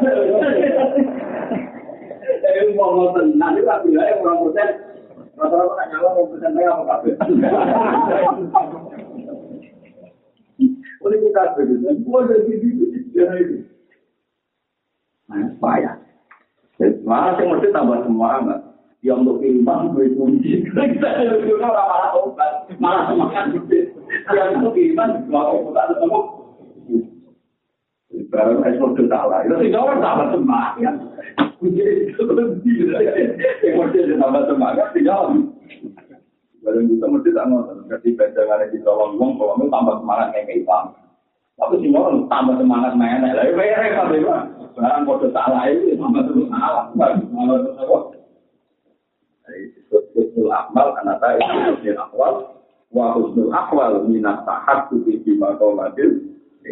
tapi mau tenang itu tapi orang persen. Rata-rata nak nyala orang persen saya apa kabe? Oleh kita begitu, boleh begitu itu. Nah, payah. Malah yang mesti tambah semangat. Yang untuk iman gue kunci. Kita itu malah obat, malah semangat. Yang untuk iman malah obat ketemu. Baru ekspor ke salah. Itu sih orang tambah semangat. Kunci itu lebih. Yang mesti tambah semangat tidak. Baru kita mesti tambah. Ketika jangan ditolong uang, kalau tambah semangat kayak Islam. Tapi sih orang tambah semangat mainnya. Lalu bayar apa dia? Barang kode salah itu tambah terus salah. Malah terus apa? Husnul amal karena tadi husnul akwal wa husnul akwal minat tahakku fi maqamatil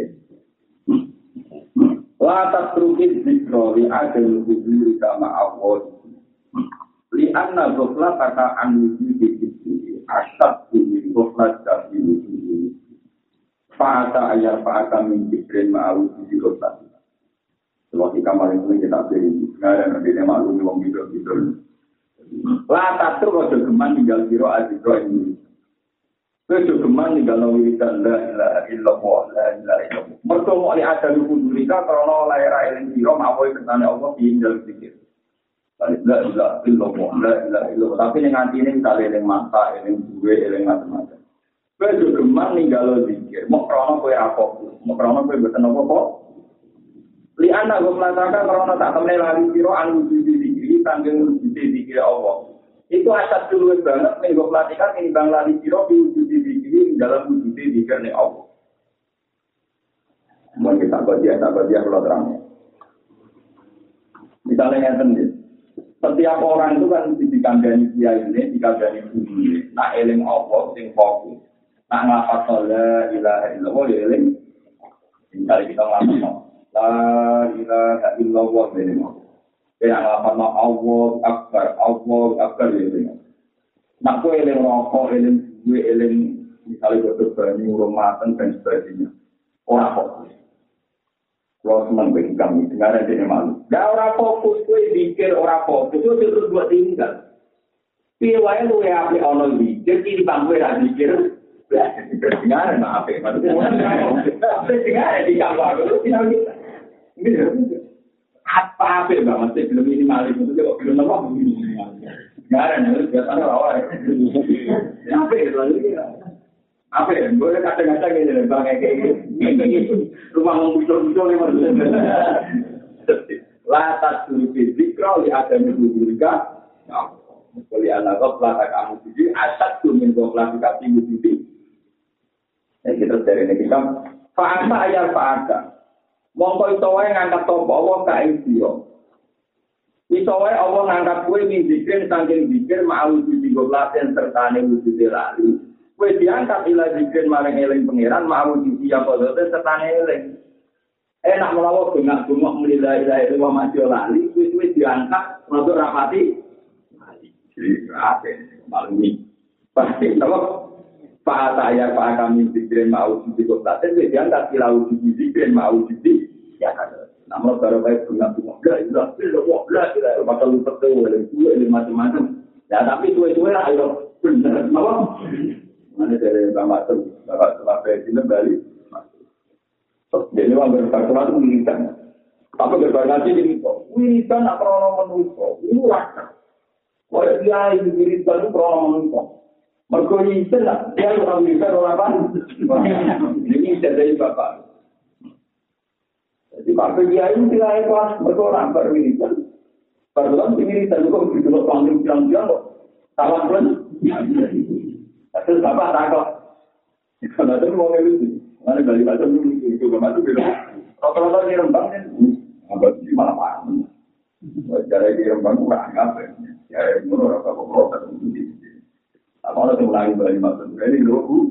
la tasruki dzikra li adil huzuri kama awal li anna ghafla kata an wujudi asyad min ghaflat dari wujudi fa'ata ayat fa'ata min dzikrin ma'awujudi ghaflat seperti kamar itu kita beri ada yang maklum wong gitu. Lah tatur kok geman tinggal siro adikro ini. Kowe geman tinggal wiridan la ilaha illallah la ilaha illallah. Mergo mok li ada kudurika krana lair eling siro mawa ketane Allah tinggal pikir. La ilaha illallah la ilaha illallah. Tapi ning atine misale eling mata, eling duwe, eling macam-macam. Kowe geman tinggal zikir, mok krana kowe apa? Mok krana kowe mboten apa-apa. Li ana go mlataka krana tak temne lali siro anu tanggung wujudi dikira Allah. Itu asal dulu banget minggu pelatihan ini bang lali siro diwujudi dikiri dalam wujudi dikira Allah. Mungkin tak dia kalau terangnya. Misalnya yang sendiri, setiap orang itu kan dikandani dia ini, dikandani bumi. Nak eling Allah, sing fokus. Nak ngapa la ilaha illallah ya eling. Misalnya kita ngapa la ilaha illallah eling. Yang apa Allah akbar ya. Nak kowe eling rokok, eling duwe, eling misalnya berbani, rumatan dan sebagainya. Ora fokus. Kalau senang bagi kami, dengar aja yang malu. Gak ora fokus, kowe pikir ora fokus, itu terus buat tinggal. Piye wae lu ya api ono pikir, di bangku ra pikir. Dengar maaf ya, dengar di kamar itu kita. Ini apa banget sih film ini maling itu kok film apa begini nggak ada nih biasanya awal apa lagi apa boleh kata-kata gitu bang kayak gitu rumah muncul-muncul nih latas dulu zikro di ada minggu juga boleh anak pelata kamu jadi asal tuh minggu klasifikasi wujudi yang kita dari ini kita fa'asa ayat fa'asa mongko iso wae ngangkat sapa Allah ka ing sira. Iso wae Allah ngangkat kowe ning zikir saking zikir mau wujud goblaten sertane wujud lali. Kowe diangkat ila zikir marang eling pangeran mau wujud ya padha sertane eling. Enak melawa bengak-bengok mlila ilaha illallah mati lali, kowe diangkat rodok rapati. Jadi ate malumi. Pasti napa Pak saya Pak kami zikir mau wujud goblaten kowe diangkat ila wujud zikir mau wujud ya kan. Namun baru baik bunga-bunga lah, pasal betul, macam-macam. Ya tapi tuwe-tuwe lah, ayo benar, apa? Mana dari bapak sampai sini Bali. Jadi orang berkata itu militan. Apa berkata ini? Militan apa orang menusuk? Ini rasa. Kalau dia ini militan itu orang menusuk. Mereka militan lah, dia orang militan orang apa? Ini dari bapak. Jadi Pak Kiai itu tidak ikhlas, mereka orang berwiridan. Barusan wiridan itu kok begitu panggil bilang-bilang kok. Salah pun. Terus Bapak takut. Karena itu mau ngelusi. Karena dari baca dulu itu Bapak itu bilang. Rata-rata di Rembang kan. Abad di mana-mana. Cara di Rembang kurang apa. Ya, menurut Bapak apa orang yang mulai balik masuk. Ini dulu.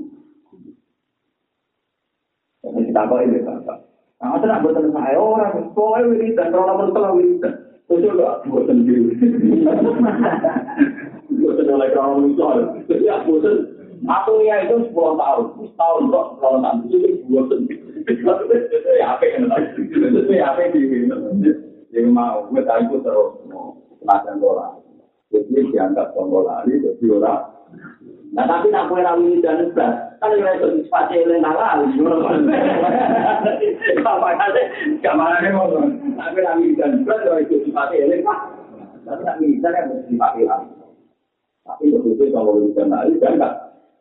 Jadi kita kok ini Bapak. Nah, saya nak bertemu saya orang, kau wiridan, kalau nomor sekolah wiridan, terus juga buat sendiri. Boten oleh krono misal. Ya boten. Aku ya itu 10 tahun. Tahun kok krono tak itu boten. Ya apa yang itu ya apa di yang mau gue tahu terus mau najan bola. Jadi dianggap bola ini jadi ora. Nah tapi nak kue rawi dan belas, kan yang itu sepatu yang halal, gimana? Apa kali? Gambarnya mau, nak kue rawi dan belas kalau itu sepatu yang tapi nak misalnya harus sepatu halal. Tapi begitu kalau urusan halal kan enggak.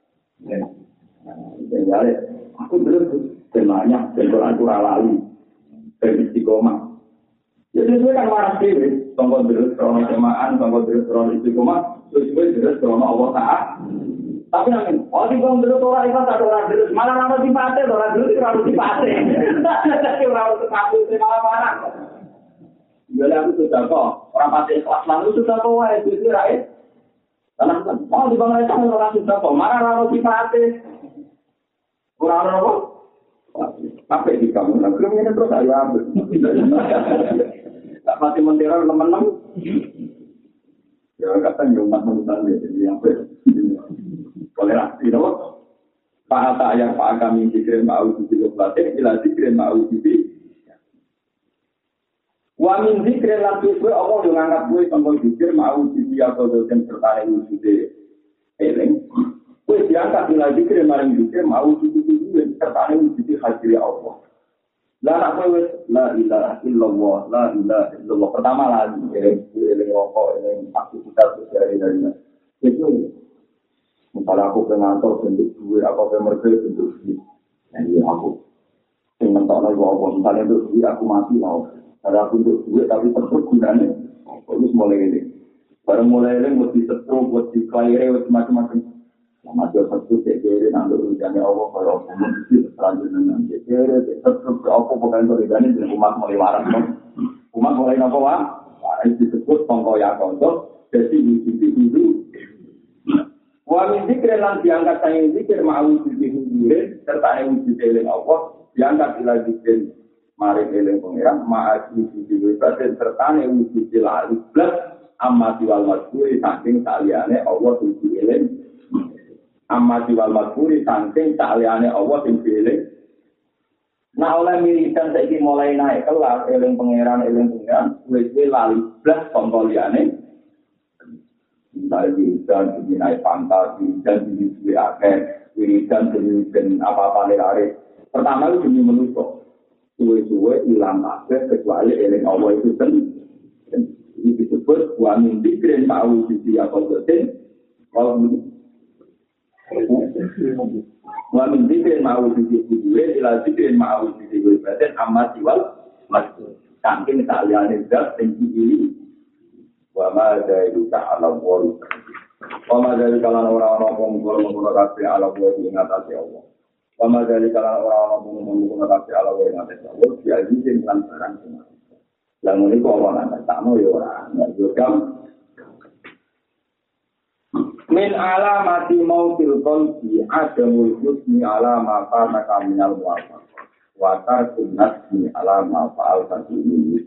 Jadi aku terus semuanya benturan lali dari istiqomah. Jadi itu kan waras sih, tongkol terus krono semaan, tongkol terus krono istiqomah, terus terus krono Allah Taala. Tapi nanti, di bawah dulu orang itu tak orang dulu, malah orang simpati, orang dulu itu orang simpati. Tapi orang sekapu itu malah marah. Jadi aku sudah kok, orang pasti kelas lalu sudah kok, itu rakyat. Karena di bawah itu orang sudah kok, marah orang simpati. Orang apa? Apa di kamu? Nah, belum ini terus ayo ambil. Tak pasti menteror teman-teman. Ya kata umat manusia jadi apa? Toleransi, no? Pak yang Pak kami dikira mau dikira batin, bila dikira mau dikira. Wa min dikira lagi gue, Allah udah ngangkat gue tentang dikira mau dikira atau dosen bertanya wujudnya. Eleng, gue diangkat bila dikira maring dikira mau dikira bertanya wujudnya hadir Allah. Lah gue la ilaha illallah, la ilaha illallah. Pertama lagi, eleng rokok, eleng aktivitas sosial dari itu. Misalnya aku pengantor bentuk duit, aku pemerintah bentuk duit. Jadi aku ingin tahu lagi apa. Misalnya bentuk duit aku mati mau. Ada aku bentuk duit tapi tetap gunanya. Terus mulai ini. Barang mulai ini buat disetrum, buat dikelairi, buat macam-macam. Macam satu CCR nanti ujiannya Allah kalau umum itu selanjutnya nanti CCR setrum apa bukan ujiannya jadi umat mulai waras. Umat mulai apa wah? Itu disebut pengkoyak kontok. Jadi itu. Wa min dzikrin lan diangkat saking zikir ma'u dzikir serta ing dzikir Allah diangkat ila dzikir mari eling pangeran ma'u dzikir serta ing dzikir lali plus amati wal mazkuri saking saliyane Allah dzikir eling amati wal mazkuri saking saliyane Allah dzikir eling. Nah oleh militan saiki mulai naik kelas eling pangeran wis lali plus kontroliane dari dan dinai fantasi dan diri akhir wiridan dan apa-apa lari. Pertama itu demi manusia. Suwe-suwe hilang kabeh kecuali eling Allah itu sendiri. Ini disebut wa min dzikrin ma'u dzikri apa dosen. Wa min dzikrin ma'u dzikri ila dzikrin ma'u dzikri badan amati wal masjid. Saking saliyane zat sing iki wa ma dari ta'ala wa ma dari kalan orang-orang menggunakan Allah wa ingatasi Allah. Wa ma dari kalan orang-orang menggunakan Allah wa ingatasi Allah. Dia izin lan barang semua. Lalu ini kok orang anak tamu ya orang nggak juga. Min alamati mautil qalbi adamul husni alamata nakaminal mu'afaq. Wa tarkunat min alama fa'al ini.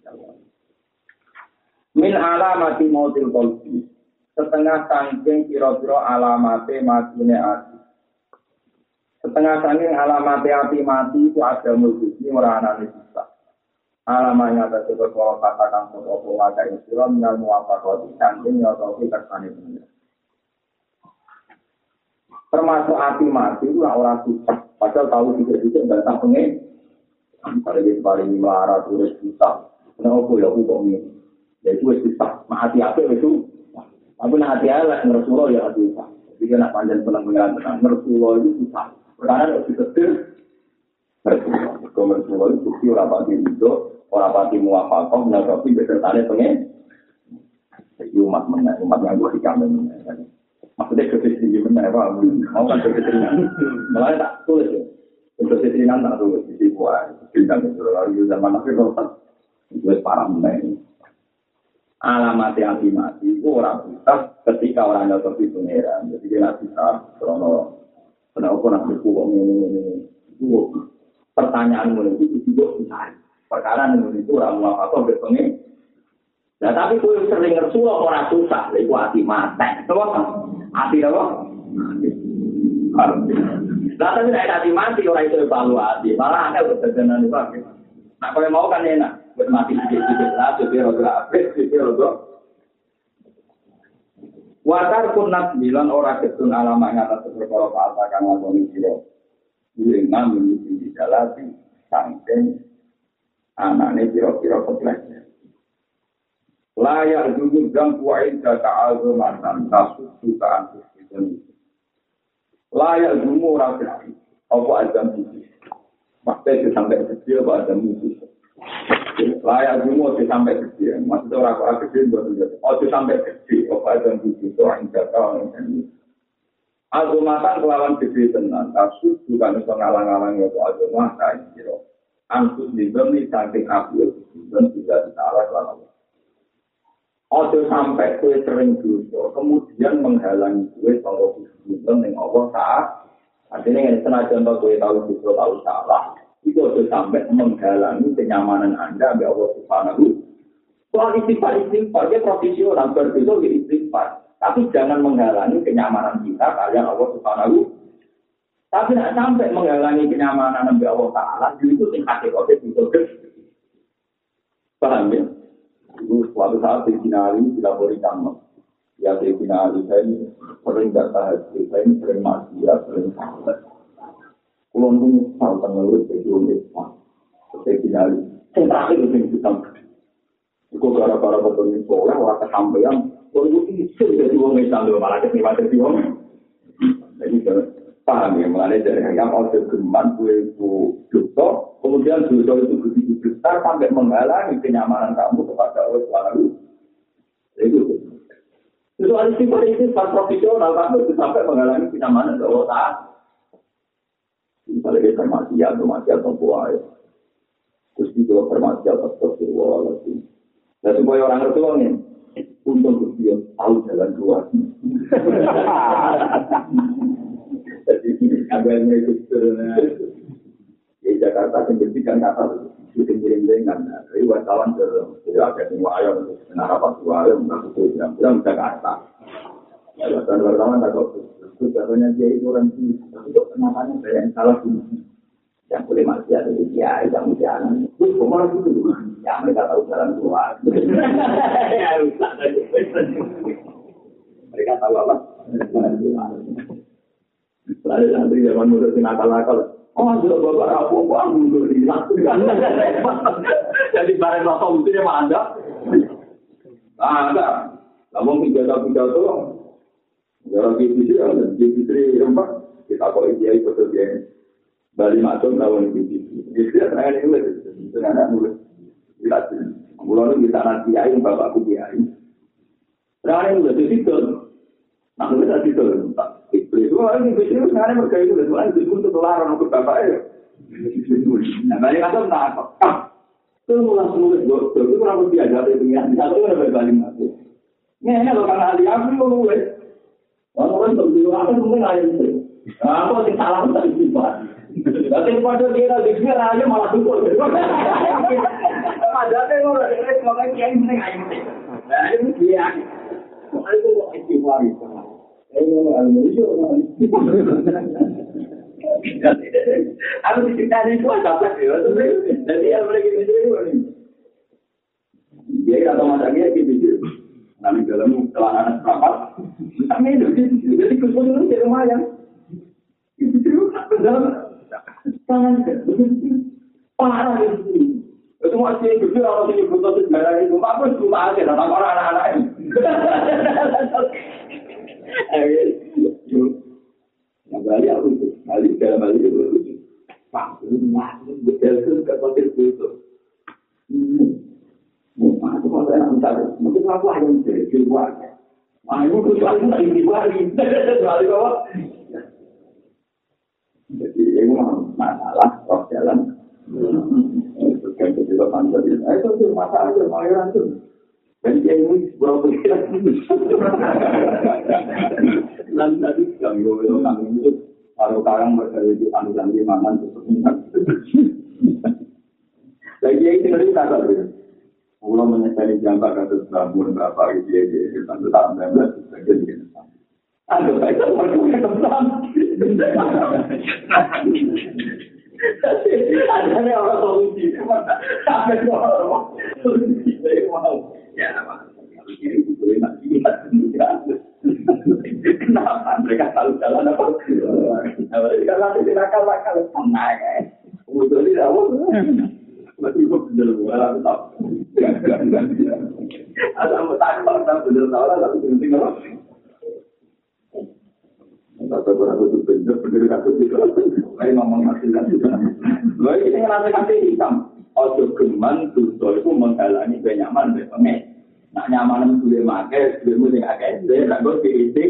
Min alamati mautil qalbi setengah saking kira-kira alamate matine ati setengah saking alamate ati mati itu ada mulkisi ora anane sisa alamanya ta sebab kalau katakan apa wae istilah minal muwafaqati saking nyoto kersane pengen termasuk ati mati itu ora susah padahal tahu tidak bantah pengen kalau dia paling melarat terus susah kenapa ya aku kok ngene. Ya itu susah, hati-hati itu. Tapi hati-hati Rasulullah ya susah. Jadi nak panjang penanggungan Rasulullah itu susah. Karena harus ditetir. Rasulullah itu bukti orang pati itu, orang pati muafakoh, menanggapi besertanya pengen. Jadi umat yang gue dikamen. Maksudnya kesistri benar, mau kan kesistri. Malah tak tulis ya. Kesistri tak tulis. Jadi buat bintang itu. Lalu zaman akhir rotan. Itu parah menang. Alamat yang mati itu orang bisa ketika orang jatuh di pangeran. Jadi dia tidak bisa krono. Kenapa nak berkuah ini? Itu pertanyaan mulai itu juga bisa. Perkara itu orang muafakoh berpengen. Nah tapi kowe sering ngersulo ora susah, iku ati mate. Coba ati apa? Lah tapi nek ati mati ora iso evaluasi, malah ana kedadenan wae. Nah kowe mau kan enak, wis mati sithik-sithik lah jadi ora apik, sithik ora. Watar kunat bilang ora ketun alama ngatas perkara falsa kang ngomong sira. Dengan menyisi dalati sangken anane pira-pira keplek. Layak duduk dan kuain data algamatan kasus jutaan itu. Layak dulu rakyat apa ada musuh. Maksudnya sampai kecil apa ada musuh. Layak dulu sampai kecil. Maksudnya orang kecil buat dia. Sampai kecil apa ada musuh orang data ini. Agumatan kelawan gede tenan, kasus bukan ngalang-alang ya kok agama kain kiro. Angkus dibeli saking api dan tidak ditarik lalu. Ojo sampai kue sering dosa, kemudian menghalangi kue kalau disebutkan dengan Allah saat. Artinya yang senajan kue tahu dosa tahu salah, itu ojo sampai menghalangi kenyamanan Anda ambil Allah Subhanahu. Soal istighfar dia profesional berdosa dia istighfar. Tapi jangan menghalangi kenyamanan kita kalian Allah Subhanahu. Tapi tidak sampai menghalangi kenyamanan Nabi Allah Taala itu tingkat hakikat itu. Paham ya? Itu suatu saat Sayyidina Ali dilapori tamu. Ya Sayyidina Ali saya ini sering tak tahajud, saya ini sering maksiat, sering salat. Kalau ini salah menurut Sayyidina Ali. Yang terakhir itu yang kita. Itu gara-gara betul soleh orang kesampaian. Kalau itu jadi orang Islam malah ketiba jadi orang. Jadi paham ya, mengenai dari yang ada geman kue itu dosa, kemudian dosa itu begitu besar sampai menghalangi kenyamanan kamu kepada Allah Subhanahu. Itu istighfar itu profesional kamu itu sampai menghalangi kenyamanan Allah Taala. Misalnya kita maksiat atau buaya, terus juga permaksiat atau berwala itu. Dan supaya orang tertolongin. Untung dia tahu jalan keluar. Jadi agaknya itu di Jakarta membersihkan kata syuting dengan dari wartawan agak semua ayam kenapa suara mengaku bilang Jakarta. Wartawan tak tahu sebenarnya dia itu orang sini untuk namanya saya yang salah yang boleh masih ada di dia yang jangan terus kemana dulu yang mereka tahu jalan keluar mereka tahu apa jalan keluar lalu nanti zaman muda nakal-nakal sudah bapak aku mundur hilang jadi barang rokok itu dia mah ada namun pidato orang di rempak kita kok dia ikut dia Bali macam lawan itu. Jadi saya ini sebenarnya nulis. Tidak. Mulai kita nanti ayam bapakku kiai. Sekarang udah itu. Nah, kita itu. Itu orang yang bisnis sekarang berkait itu. Soalnya itu untuk larang untuk bapak ya. Nah, Bali macam tak apa. Itu mulai nulis. Itu orang biasa itu ya. Satu udah berbalik macam. Ini kalau karena ahli aku mau nulis. Orang untuk apa mungkin ayam itu. Aku sih salah tak istighfar. Tapi pada dia dikira aja malah dukul. Padahal orang semoga kiai meneng ayo. Nah, itu dia. Soalnya itu kok istighfar itu. Alhamdulillah. Aku diceritain itu apa sih? Jadi yang mereka itu dia kata masanya gitu. Nanti dalam celana seprapat. Kami itu jadi kumpul di rumah yang itu dalam tangan parah itu. Itu masih gede orang sini butuh sejarah itu. Apa cuma aja datang orang anak-anak ini. Yang Bali aku itu. Bali dalam Bali itu. Pak, itu betul ke konten itu. Itu kalau saya nak mungkin aku hanya mencari keluarga. Ini kecuali tak ingin Bali. Bali bawah. Jadi ini masalah roh jalan. Bukan juga panjang. Itu masalah yang mayoran itu. Dan dia ini berapa kira? Dan tadi kami itu kalau sekarang berkali di panjang di mana itu. Lagi yang tinggal di Jakarta. Pulau menyesali jambak kasus bangun berapa ide tentu tak benar sebagai begini. Ada baik tentang ada orang solusi, sampai orang solusi wow ya kalau ini boleh nak kenapa mereka selalu jalan apa? Karena tidak nakal tenang betul tidak masih benar benar tak ada tak benar salah tapi penting apa? Atau berapa tu benar kata itu, saya ngomong hasilnya juga. Lalu kita ngerasa kasih hitam, ojo geman tu itu menghalangi kenyaman berpengen. Nak nyaman itu dia makai, dia mesti agak dia tak boleh diitik.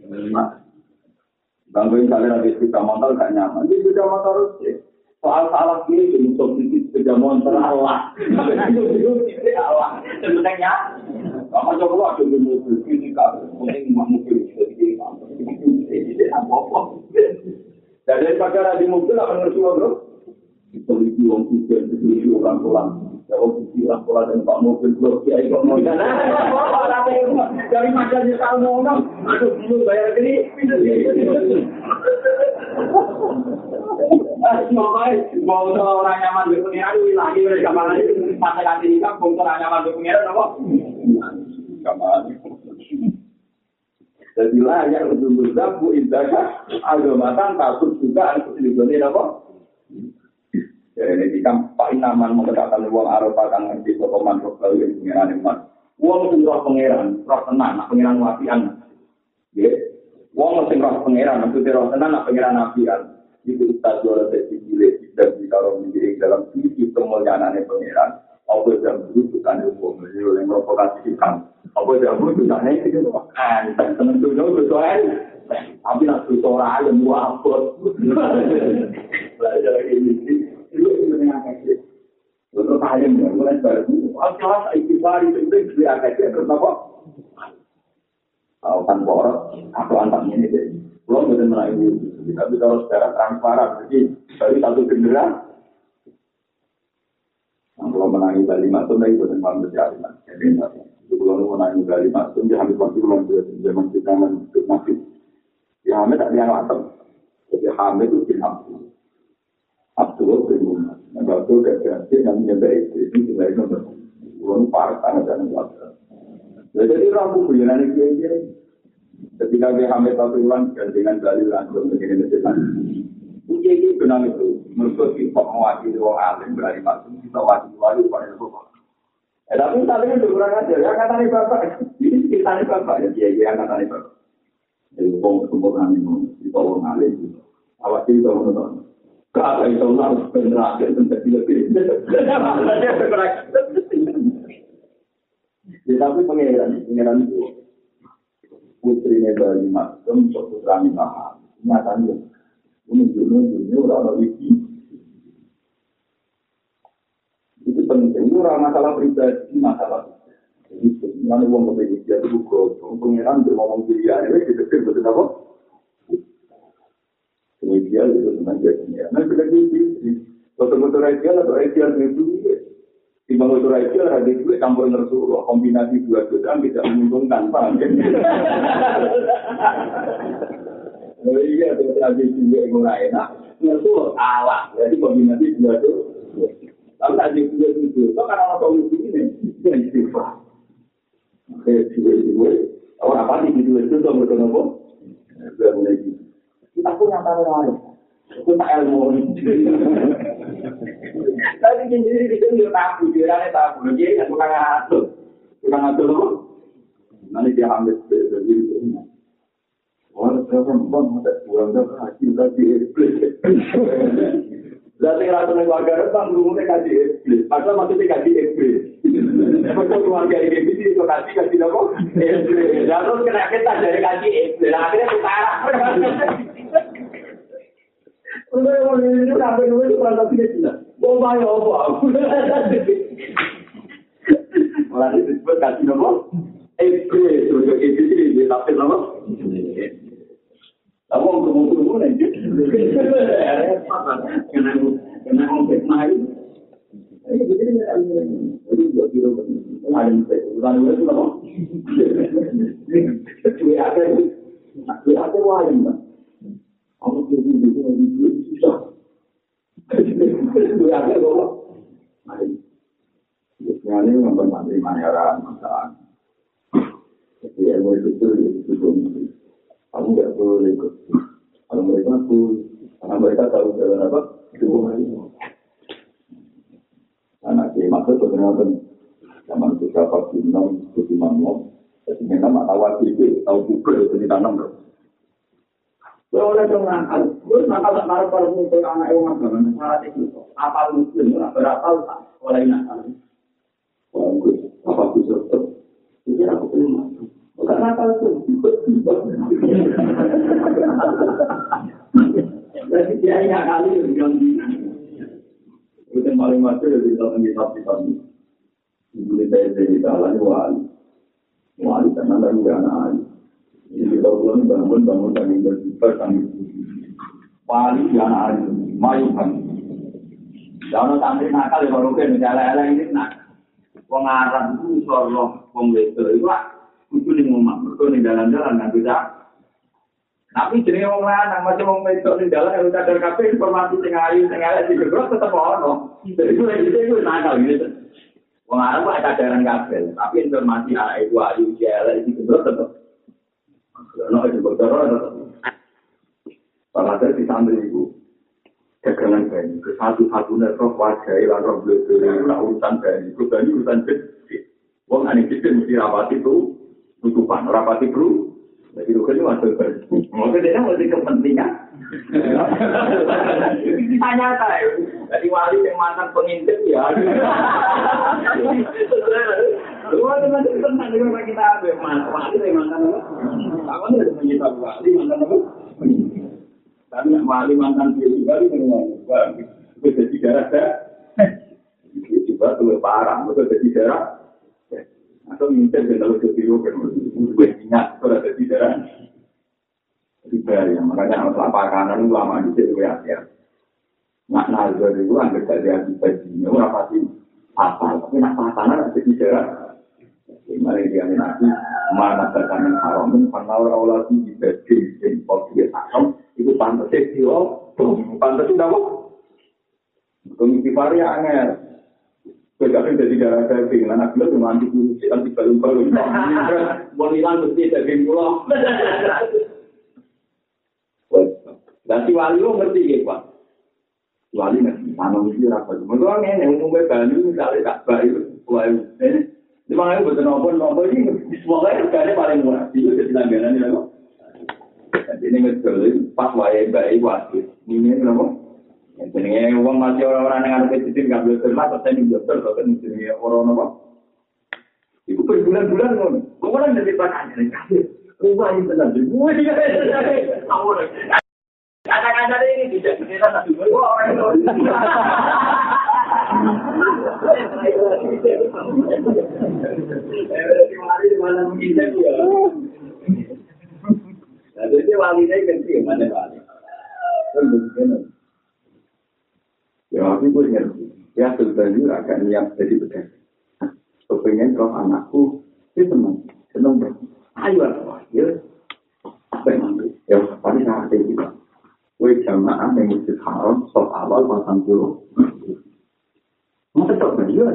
Bangkuin kalian habis kita motor gak nyaman, dia sudah motor terus. Soal salah kiri untuk sedikit sepeda motor Allah, itu Allah sebenarnya. Kamu coba ada mobil ini kan, mungkin mobil sedikit apa-apa. Dan daripada di mobil akan ngersuah bro. Kita beli uang hujan, beli orang pulang. Kalau beli orang pulang dan pak mobil bro, kiai kok mau jalan. Dari masa dia tahu ngomong, aduh belum bayar gini. Mau orang nyaman berpengiran, lagi mereka malah masa ganti nikah, bongkar nyaman berpengiran apa? Kamar. Jadi layak untuk berzabu indahkan agamatan takut juga untuk dilindungi apa? Jadi kan Pak Inaman mengatakan uang Arafah kan ngerti sokoman rokal yang pengiran iman. Uang itu roh pengiran, roh tenang, nak pengiran wafian. Ya, uang itu roh pengiran, maksudnya roh tenang, nak pengiran wafian. Itu kita jual dari cilik dan ditaruh menjadi dalam sisi kemuliaan pengiran. Apa yang bukan uang, yang provokasi kan. Apa yang bukan itu kan tentunya betul. Tapi nak suara yang muapot. Belajar ini itu yang agak. Untuk kalian yang mulai baru, asal istighfar itu dia agak kenapa? Kan boros, aku antarnya ini deh. Belum betul merayu, tapi kalau secara transparan, jadi dari satu generasi. Kalau menangi Bali Matum, itu dengan berjari. Jadi, kalau menangi Bali Matum, dia hampir pasti zaman kita masih. Ya, Hamid tak dia Matum. Jadi, Hamid itu di Abdul. Abdul itu di Abdul kreasi yang menyebai itu sebagai nomor. Kalau partai dan negara. Jadi, ramu bulan ini, ketika dia Hamid Abdulwan dengan Bali langsung begini mesin. Ujian ini benar itu, menurut kita mewakili orang alim berani masuk, kita wakili pada bapak. Tapi tadi itu kurang ajar, yang kata bapak, ini kita bapak ya, dia yang kata bapak. Jadi orang sempurna ini, kita orang alim, awak kita menonton. Kata itu harus benar, tentu tidak. Tapi pengeran itu, putrinya Bali masuk, putranya mahal, nyatanya. Ini orang wiki. Itu penting. Itu orang masalah pribadi, masalah. Jadi, mana uang kepedisi itu bukan pengiran ngomong dia ini dipikir betul apa? Kemudian itu tentang dia. Nah, sudah gitu. Betul-betul ideal atau ideal itu. Di bawah itu ideal ada juga campur ngersu kombinasi dua jutaan tidak menguntungkan, paham kan? Oh iya, terjadi juga yang enak. Itu alat, jadi kombinasi dua itu. Tapi tadi juga itu, itu kan orang solusi ini, yang istighfar. Orang apa sih gitu itu sama dengan apa? Belum lagi. Kita punya cara lain. Itu tak ilmu. Tadi jadi dia tabu, dia tabu. Dia kan tukang atur apa? Nanti dia ambil begitu. Orang perempuan ada kurang dah hasil tadi iblis. Jadi rasa keluarga orang belum kasih iblis. Pasal maksudnya kasih iblis. Kalau keluarga iblis itu kasih apa? Iblis. Lalu kena kita dari kasih iblis. Akhirnya setara. Udah ini sampai dulu itu kalau tidak tidak. Oh bayo apa? Malah disebut kasih apa? Iblis. Untuk iblis ini tapi apa? Aku ngomong nanti. Kena ngomong main. Ini begini jadi buat kilo. paling urusan itu apa? Cuy ada wajib lah. Aku jadi itu susah. Cuy ada apa? Biasanya ini nonton mantri manyaran masalah. Jadi ilmu itu kamu nggak boleh ikut. Kalau mereka karena mereka tahu jalan apa, itu anak dia maksud sebenarnya zaman itu siapa Gunung, itu Imam, jadi memang tahu itu, tahu Google itu ditanam terus. Kalau oleh nakal, terus nakal tak naruh kalau muncul anak yang agama salah itu, apa muslim, berapa tak oleh nakal. Bagus, apa bisa terus? Ini aku terima. Bukan nakal itu. Jadi dia ingat kali yang itu yang paling masuk dari kitab-kitab ini. Ibu dari jalan wali karena ada anak. Jadi kita ulang bangun kami berjumpa kami wali anak mayukan. Jangan sampai nakal ya baru ke negara ini nak. Pengarang itu soroh pembetul itu kudu ning omah, kudu ning jalan-jalan nggak bisa. Tapi jenenge wong lanang macam wong wedok ning dalan harus sadar kabeh informasi sing ayu sing elek digerak tetep ono. Itu nakal gitu. Wong Arab ada sadaran kabeh, tapi informasi anak itu ayu elek digerak tetep. Ono itu bocor tetep. Padahal di santri itu dagangan bayi, ke satu-satunya roh wajah ilang roh beliau urusan bayi, urusan kecil. Wong aneh kecil mesti rapati itu tutupan, rapati bro. Jadi lu kan masuk bayi. Maksudnya dia mesti kepentingan. Ditanya saya, dari wali yang mantan pengintip ya. Lu ada masih pernah dengan kita wali yang mantan apa? Tahu nggak menjadi wali mantan apa? Kami wali mantan dia juga dengan itu jadi darah dia juga tuh parah, itu jadi darah atau minta kalau ketiru kan gue ingat kalau jadi darah riba ya makanya harus lapakan lama di situ ya nak nazar itu ambil dari baju orang pasti apa tapi nak pasangan jadi darah mari dia nanti mana tekanan haram panau Allah di baju yang posisi haram itu pantas sih pantas itu apa? Komisi varia angin. Kemudian jadi darah daging, anak beliau cuma anti balung-balung. Bonilan mesti daging pulau. Dan si wali lo ngerti ya Pak. Wali ngerti, tanam itu apa? Mereka ini umumnya Bali misalnya tak baik. Ini makanya betul nopo ini semuanya harganya paling murah. Itu jadi langganan ya Pak. Jadi ini ngerti, pas wali baik wasit. Ini kenapa? Jenenge wong masih orang-orang yang ada kecil nggak boleh terima, tapi ini dokter, tapi jenenge orang apa? Itu berbulan-bulan kan. Kau orang jadi pakai ini kasih. Rumah ini benar juga. Kata-kata ini tidak kita tak dulu orang itu. Wali mana mungkin dia? Jadi wali ini kan sih mana wali? Ya, aku pun ngerti. Ya, sebenarnya agak niat jadi pedagang. Kepengen kalau anakku, dia senang bro. Ayo, ya. Apa yang nanti? Ya, tadi saya ada juga. Wih, jamaah yang masjid haram, sok awal pasang dulu. Masa tak benar,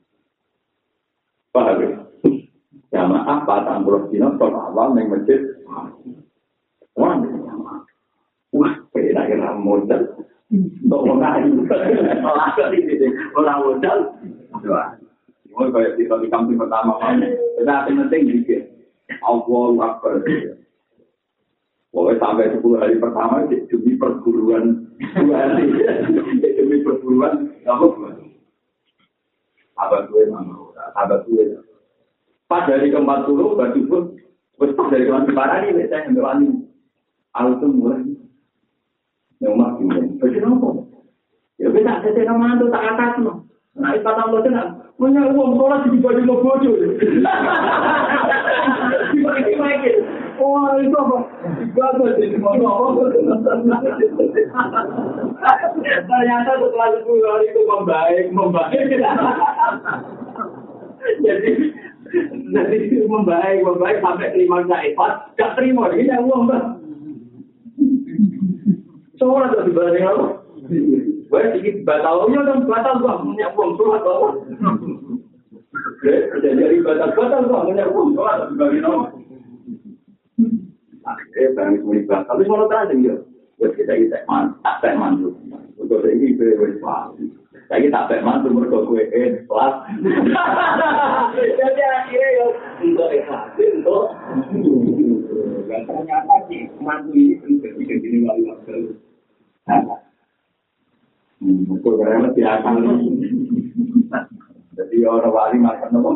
paham ya? Jamaah pasang dulu, sok awal yang masjid haram. Wah, kira-kira modal. Orang lain, orang modal. Mulai kayak di kampung pertama, kita penting juga. Allahu Akbar. Pokoknya sampai 10 hari pertama demi perguruan 2 hari, demi perguruan apa? Abad gue. Pas dari ke-40 baju pun, pas dari ke-40 ini saya ngambil ani. Altum mulai. Yang makin kenapa? Ya kita ada nama itu tak atas no. Nah itu kata Allah tenang. Punya uang sholat di baju lo bodoh. Dibagi. Oh itu apa? Ibadah jadi mana? Ternyata setelah 10 hari itu membaik. Jadi membaik sampai kelima ikhlas, gak terima ini yang uang bang. Soalnya tuh dibanding apa? Gue sedikit batalnya kan batal bang, punya uang sholat bang. Jadi batal bang, punya uang sholat dibanding apa? Akhirnya barang itu batal, tapi mau tanya dia, buat kita tak mantu, untuk ini gue saya tak mantu berkoi ikhlas. Jadi akhirnya yo untuk ikhlas, untuk ternyata sih mantu ini penting jadi wali wakil. Betul karena biasa. Jadi orang wali makan apa?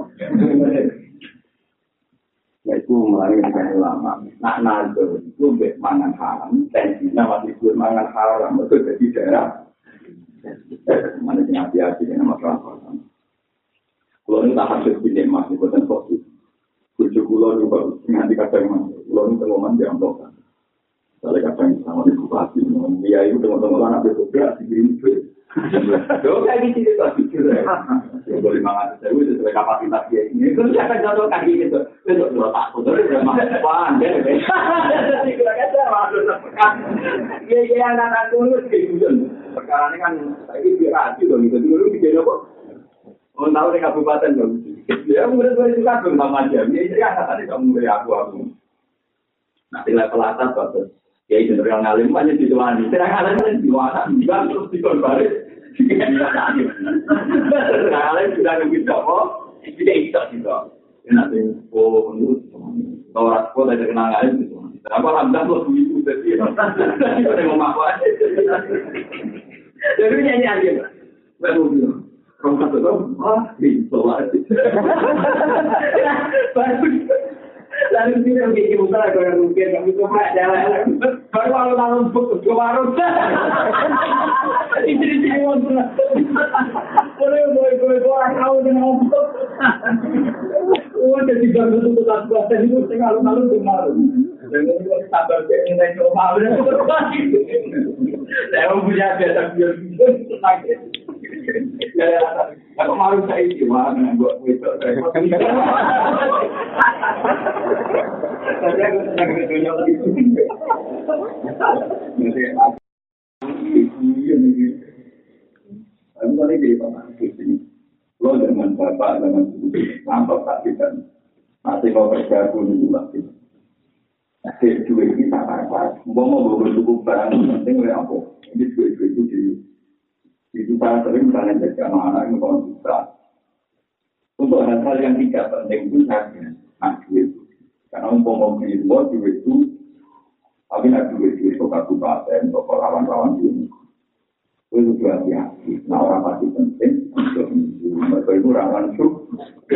Ya itu mulai dari lama. Nak nado itu mangan haram, tensinya masih ikut mangan haram, betul jadi daerah. Mana yang hati-hati dengan masalah haram. Kalau ini tak hasil punya emas, itu kan fokus. Kucu kulo juga nanti kata emas. Kulo ini teman yang dokan. Saya kata sama di bupati, dia itu teman-teman anak berkuda dikirim duit. Doa gitu itu pikir. Boleh mangan saya itu sesuai kapasitas dia ini. Itu saya akan contoh kaki gitu. Besok dua takut terus makan deh. Jadi kira-kira masuk sepekan. Ya anak-anak dulu gitu. Perkara ini kan saya kira loh gitu. Dulu bikin apa? Oh tahu di kabupaten loh. Ya murid saya juga belum sama aja. Ya katanya kamu dari aku. Nanti level atas bagus. Ya itu yang ngalim banyak di tuan. Tidak ngalim kan di luar. Juga terus dikorbanin. Ngalim sudah begitu kok. Tidak bisa juga. Nanti menurut orang tua tidak kenal ngalim gitu. Apa alhamdulillah lo begitu jadi. Ada ngomong apa? Jadi nyanyi aja. Baru kamu kata itu lalu dia bikin usaha kalau mungkin kamu coba jalan baru lalu butuh ke warung ini wanita boleh orang kau dengan untuk udah tidak betul buat itu lalu kemarin dan itu sabar kita coba saya punya biasa biar kalau malu saya gimana buat itu saya sedang dunia lagi aku tadi di pemangku sini lo dengan bapak dengan nampak tak kita masih mau kerja pun lagi hasil duit ini tak apa mau cukup barang penting oleh apa ini duit itu itu saya sering misalnya jadi anak-anak yang mau bisa untuk hal-hal yang tidak penting itu saya duit karena umpama beli duit itu tapi nak duit ke kabupaten atau lawan-lawan ini itu juga hati-hati nah orang pasti penting untuk mereka itu rawan syuk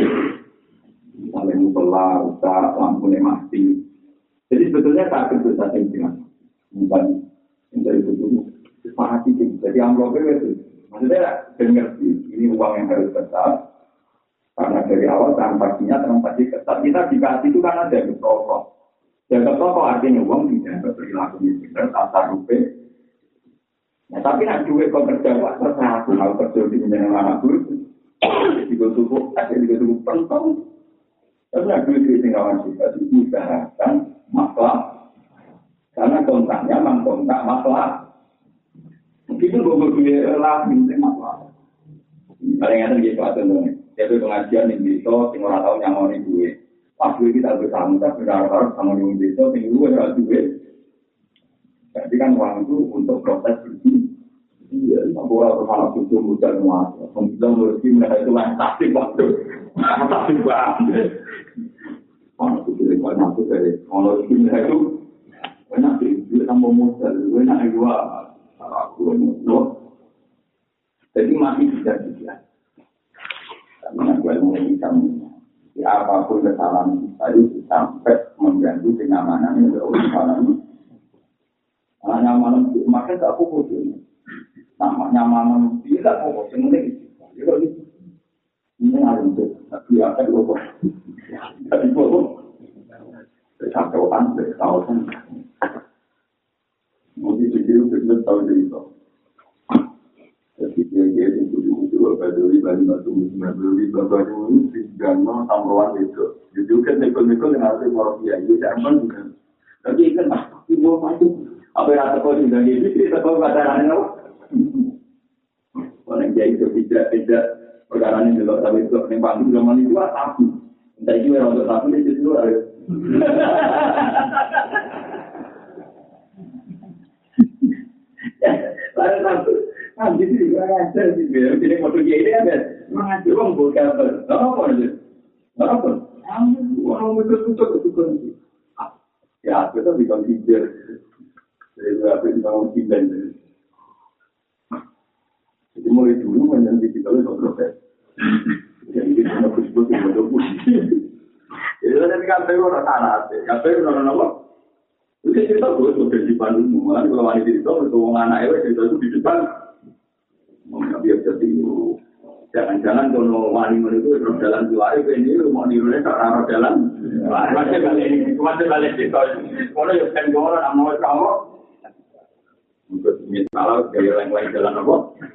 misalnya mupelah, rusak, lampunya mati jadi sebetulnya tak kebetulan yang jelas bukan yang dari itu sepahati jadi amplopnya itu maksudnya dengar ini uang yang harus besar karena dari awal transaksinya ketat kita dikasih itu kan ada toko jaga toko artinya uang tidak berperilaku benar tata rupiah nah tapi nak duit kau kerja terserah mau kerja di mana pun juga cukup pentong tapi nak duit tinggalan kita itu usahakan masalah karena kontaknya memang kontak masalah itu gue lah minta masalah. Paling ada gitu atau nih. Jadi pengajian yang bisa, tinggal tahu nyaman gue. Pas gue kita bersama, benar-benar sama yang bisa, tinggal gue ada duit. Jadi kan uang itu untuk proses bersih. Iya, bola bersama tujuh muda semua. Kemudian bersih mereka itu yang taktik waktu, taktik banget. Orang itu pilih banyak tuh dari kalau bersih mereka itu banyak sih. Dia tambah modal, banyak juga. Aku menurut, jadi masih bisa juga. Karena gue mau bicara, apapun kesalahan kita itu sampai mengganggu kenyamanan yang berusaha. Karena nyamanan makanya tak fokus ini. Nama nyamanan tidak fokus ini. Ini ada untuk tapi apa itu? Tapi fokus. Sampai orang tahu kan. Mungkin video kita tahu dari itu. Jadi dia itu juga badui lima tuh beli bapak itu tiga nol samruan itu. Jadi kan nekol-nekol yang harus mau dia itu zaman juga. Tapi kan ibu macam apa yang ada kau juga gitu kita kau pacaran lo. Orang jadi itu tidak perkara ini juga tapi itu yang paling zaman itu apa? Entah itu yang untuk apa itu dulu ada. Lalu nanti juga ada sih, jadi motor jadi ada mengajar orang bukan apa aja, apa? Orang itu kan, ya kita bisa pikir, jadi berapa kita mau pindah. Jadi mulai dulu menjadi kita itu proses. Jadi kita harus betul betul. Jadi nanti kan orang tanah, kan orang apa? Itu cerita gue sudah di Bandung semua. Kalau wanita itu bertemu anak cerita itu di depan. Mungkin biar jadi jangan-jangan kalau wanita itu terus jalan keluar ini mau nirunya karena jalan. Masih balik cerita. Kalau yang kan gue orang mau kamu. Untuk misalnya dari lain-lain jalan apa?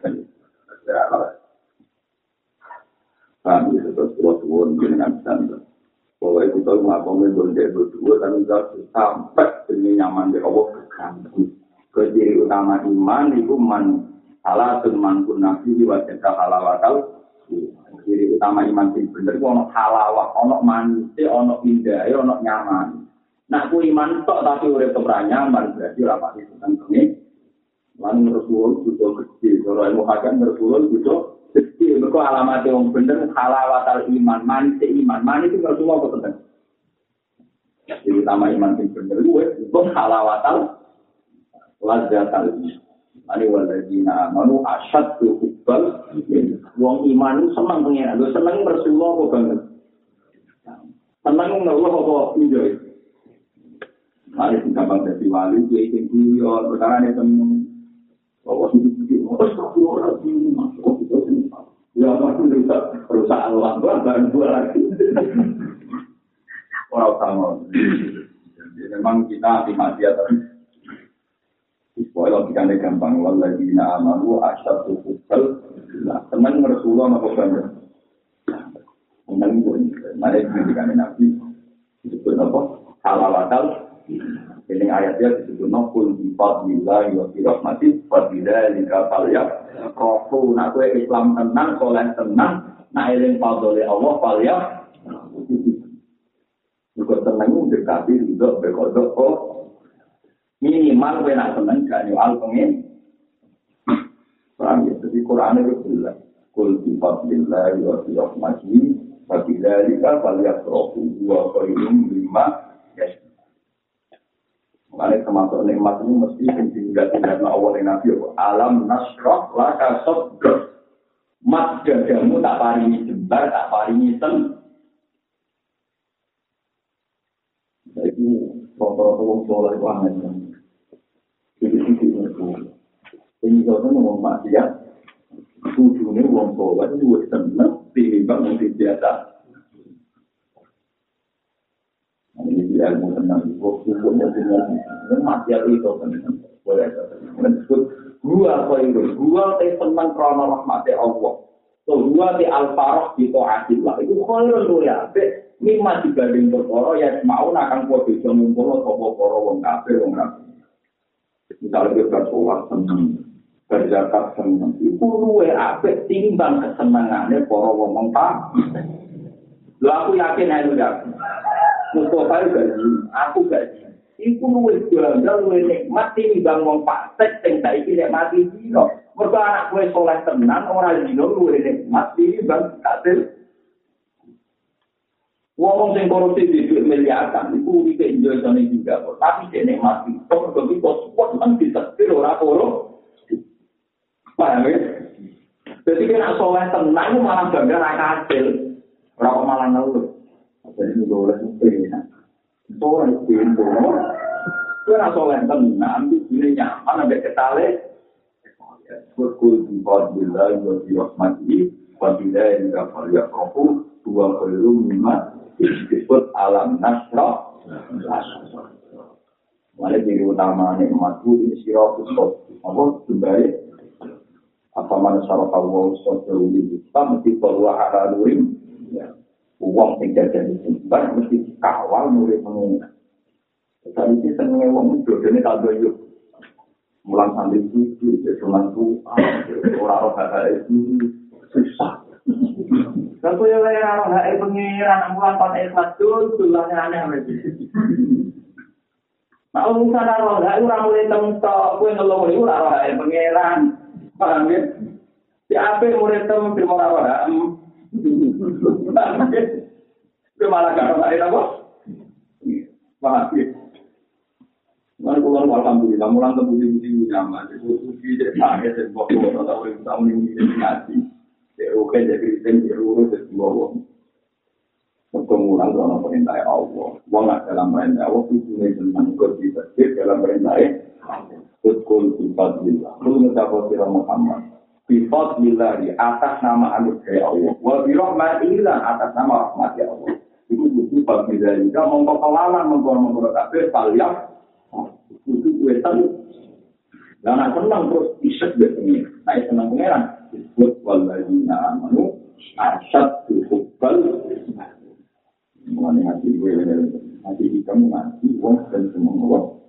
Kami terus turun dengan standar. Bahwa itu tahu ngapain berdua dan sampai ini nyaman di Allah kekanku. Ciri utama iman itu salah teman pun nabi diwajibkan halawatal. Ciri utama iman itu benar itu ono halawah, ono manis, ono indah, ono nyaman. Nah, ku iman tok tapi urip ora nyaman berarti ora pati tentang ini. Lan Rasul butuh kecil, kalau ilmu hakan Rasul butuh kecil. Mereka alamat yang benar halawatal iman, manis itu Rasulullah apa tentang? Jadi utama iman yang benar itu halawatal lazzatal iman. Ani waladina amanu asyaddu hubbal wong iman seneng pengen, seneng Rasulullah apa banget. Seneng Allah apa enjoy. Mari gampang dadi wali iki yo perkara ne temen. Bahwa hidup astagfirullahaladzim masuk itu ya masih rusak Allah dan dua lagi orang sama. Jadi memang kita hati-hati tapi kalau kita gampang waladina amanu asyaddu hubbal teman Rasulullah apa banyak menang mari kita nabi disebut apa halawatal. Ini ayatnya disebut naful bifadlillah wa birahmatih wa bidzalika falyafrahu. Nak kowe Islam tenang, saleh tenang, nak eling fadhole Allah falyafrahu. Juga tenang mendekati ridho berkodok kok minimal kowe nak tenang gak nyual pengen. Paham ya? Jadi Quran itu jelas. Qul bifadlillah wa birahmatih wa bidzalika falyafrahu wa khairum mimma makanya termasuk nikmat ini mesti tinggal awal yang Nabi alam nasroh laka sodros mat dadamu tak paringi jembar tak paringi sen jadi foto-foto wong soleh itu aneh jadi ini kalau ngomong maksiat tujuannya wong soleh itu juga senang timbang yang biasa. Ini ilmu tentang hukumnya dengan maksiat itu kan boleh disebut gua apa itu gua teman krono rahmati Allah so gua di al-farah di taatillah itu khairul luya mimma dibanding perkara ya mau akan kode ngumpul sapa para wong kafir wong kafir misalnya kita sholat seneng berzakat seneng itu luwe apik timbang kesenengane para wong kafir. Lha aku yakin ae ndak Mustafa gaji, aku gaji. Iku luwih janggal, luwih nikmat timbang wong pasek sing saiki nek mati dino. Mergo anak kowe saleh tenan ora dino luwih nikmat timbang kasil. Wong sing korupsi duit miliaran iku iki Indonesia juga, tapi dene mati. Kok begitu kok nang disetir ora korupsi. Paham ya? Jadi kena saleh tenan malah bangga ra kasil. Ora malah ngeluh. Jadi boleh mungkin, boleh pintu. Kena soal tenang, ini nyaman, ada ketale. Berkul di fadillah, berdirahmati, fadillah yang dapat yafrahu, dua keliru lima disebut alam nasrah. Malah jadi utama nikmat itu ini siratus. Apa kembali? Apa mana cara kamu sosial itu? Mesti bahwa ada luring, ya. Uang tinggal jadi simpan mesti kawal murid mengenai. Tadi sih senengnya uang itu, jadi tak ada yuk. Mulang sambil itu, cuman tuh orang-orang itu susah. Kalau yang orang-orang pengiran, mulang pada ikhlas tuh, tulangnya aneh. Nah, urusan orang-orang mulai tempat, gue ngeluh itu orang-orang pengiran. Paham ya? Siapa yang murid temu di orang-orang? Itu malah gak ada apa? Paham ya? Mari pulang alhamdulillah, mulang temui nyaman. Itu suci jadi sangat dan bawa atau orang tahu ini ngaji. Oke jadi kristen urus dan bawa. Kemudian dalam perintah Allah, wong dalam perintah Allah itu tentang konsisten dalam perintah betul sifat lillah. Lalu mencapai sirah Muhammad. Sifat lillah di atas nama anugerah Allah. Wa birahmatillah atas nama rahmat Allah. Itu sifat lillah. Jika mengkepalawan mengkor kafir kalian itu wetan. Dan nak senang terus isek begini. Nah senang pengeran. Disebut walladzina amanu asyaddu hubbal. Mengenai hati gue, hati kamu nanti, wong dan semua orang.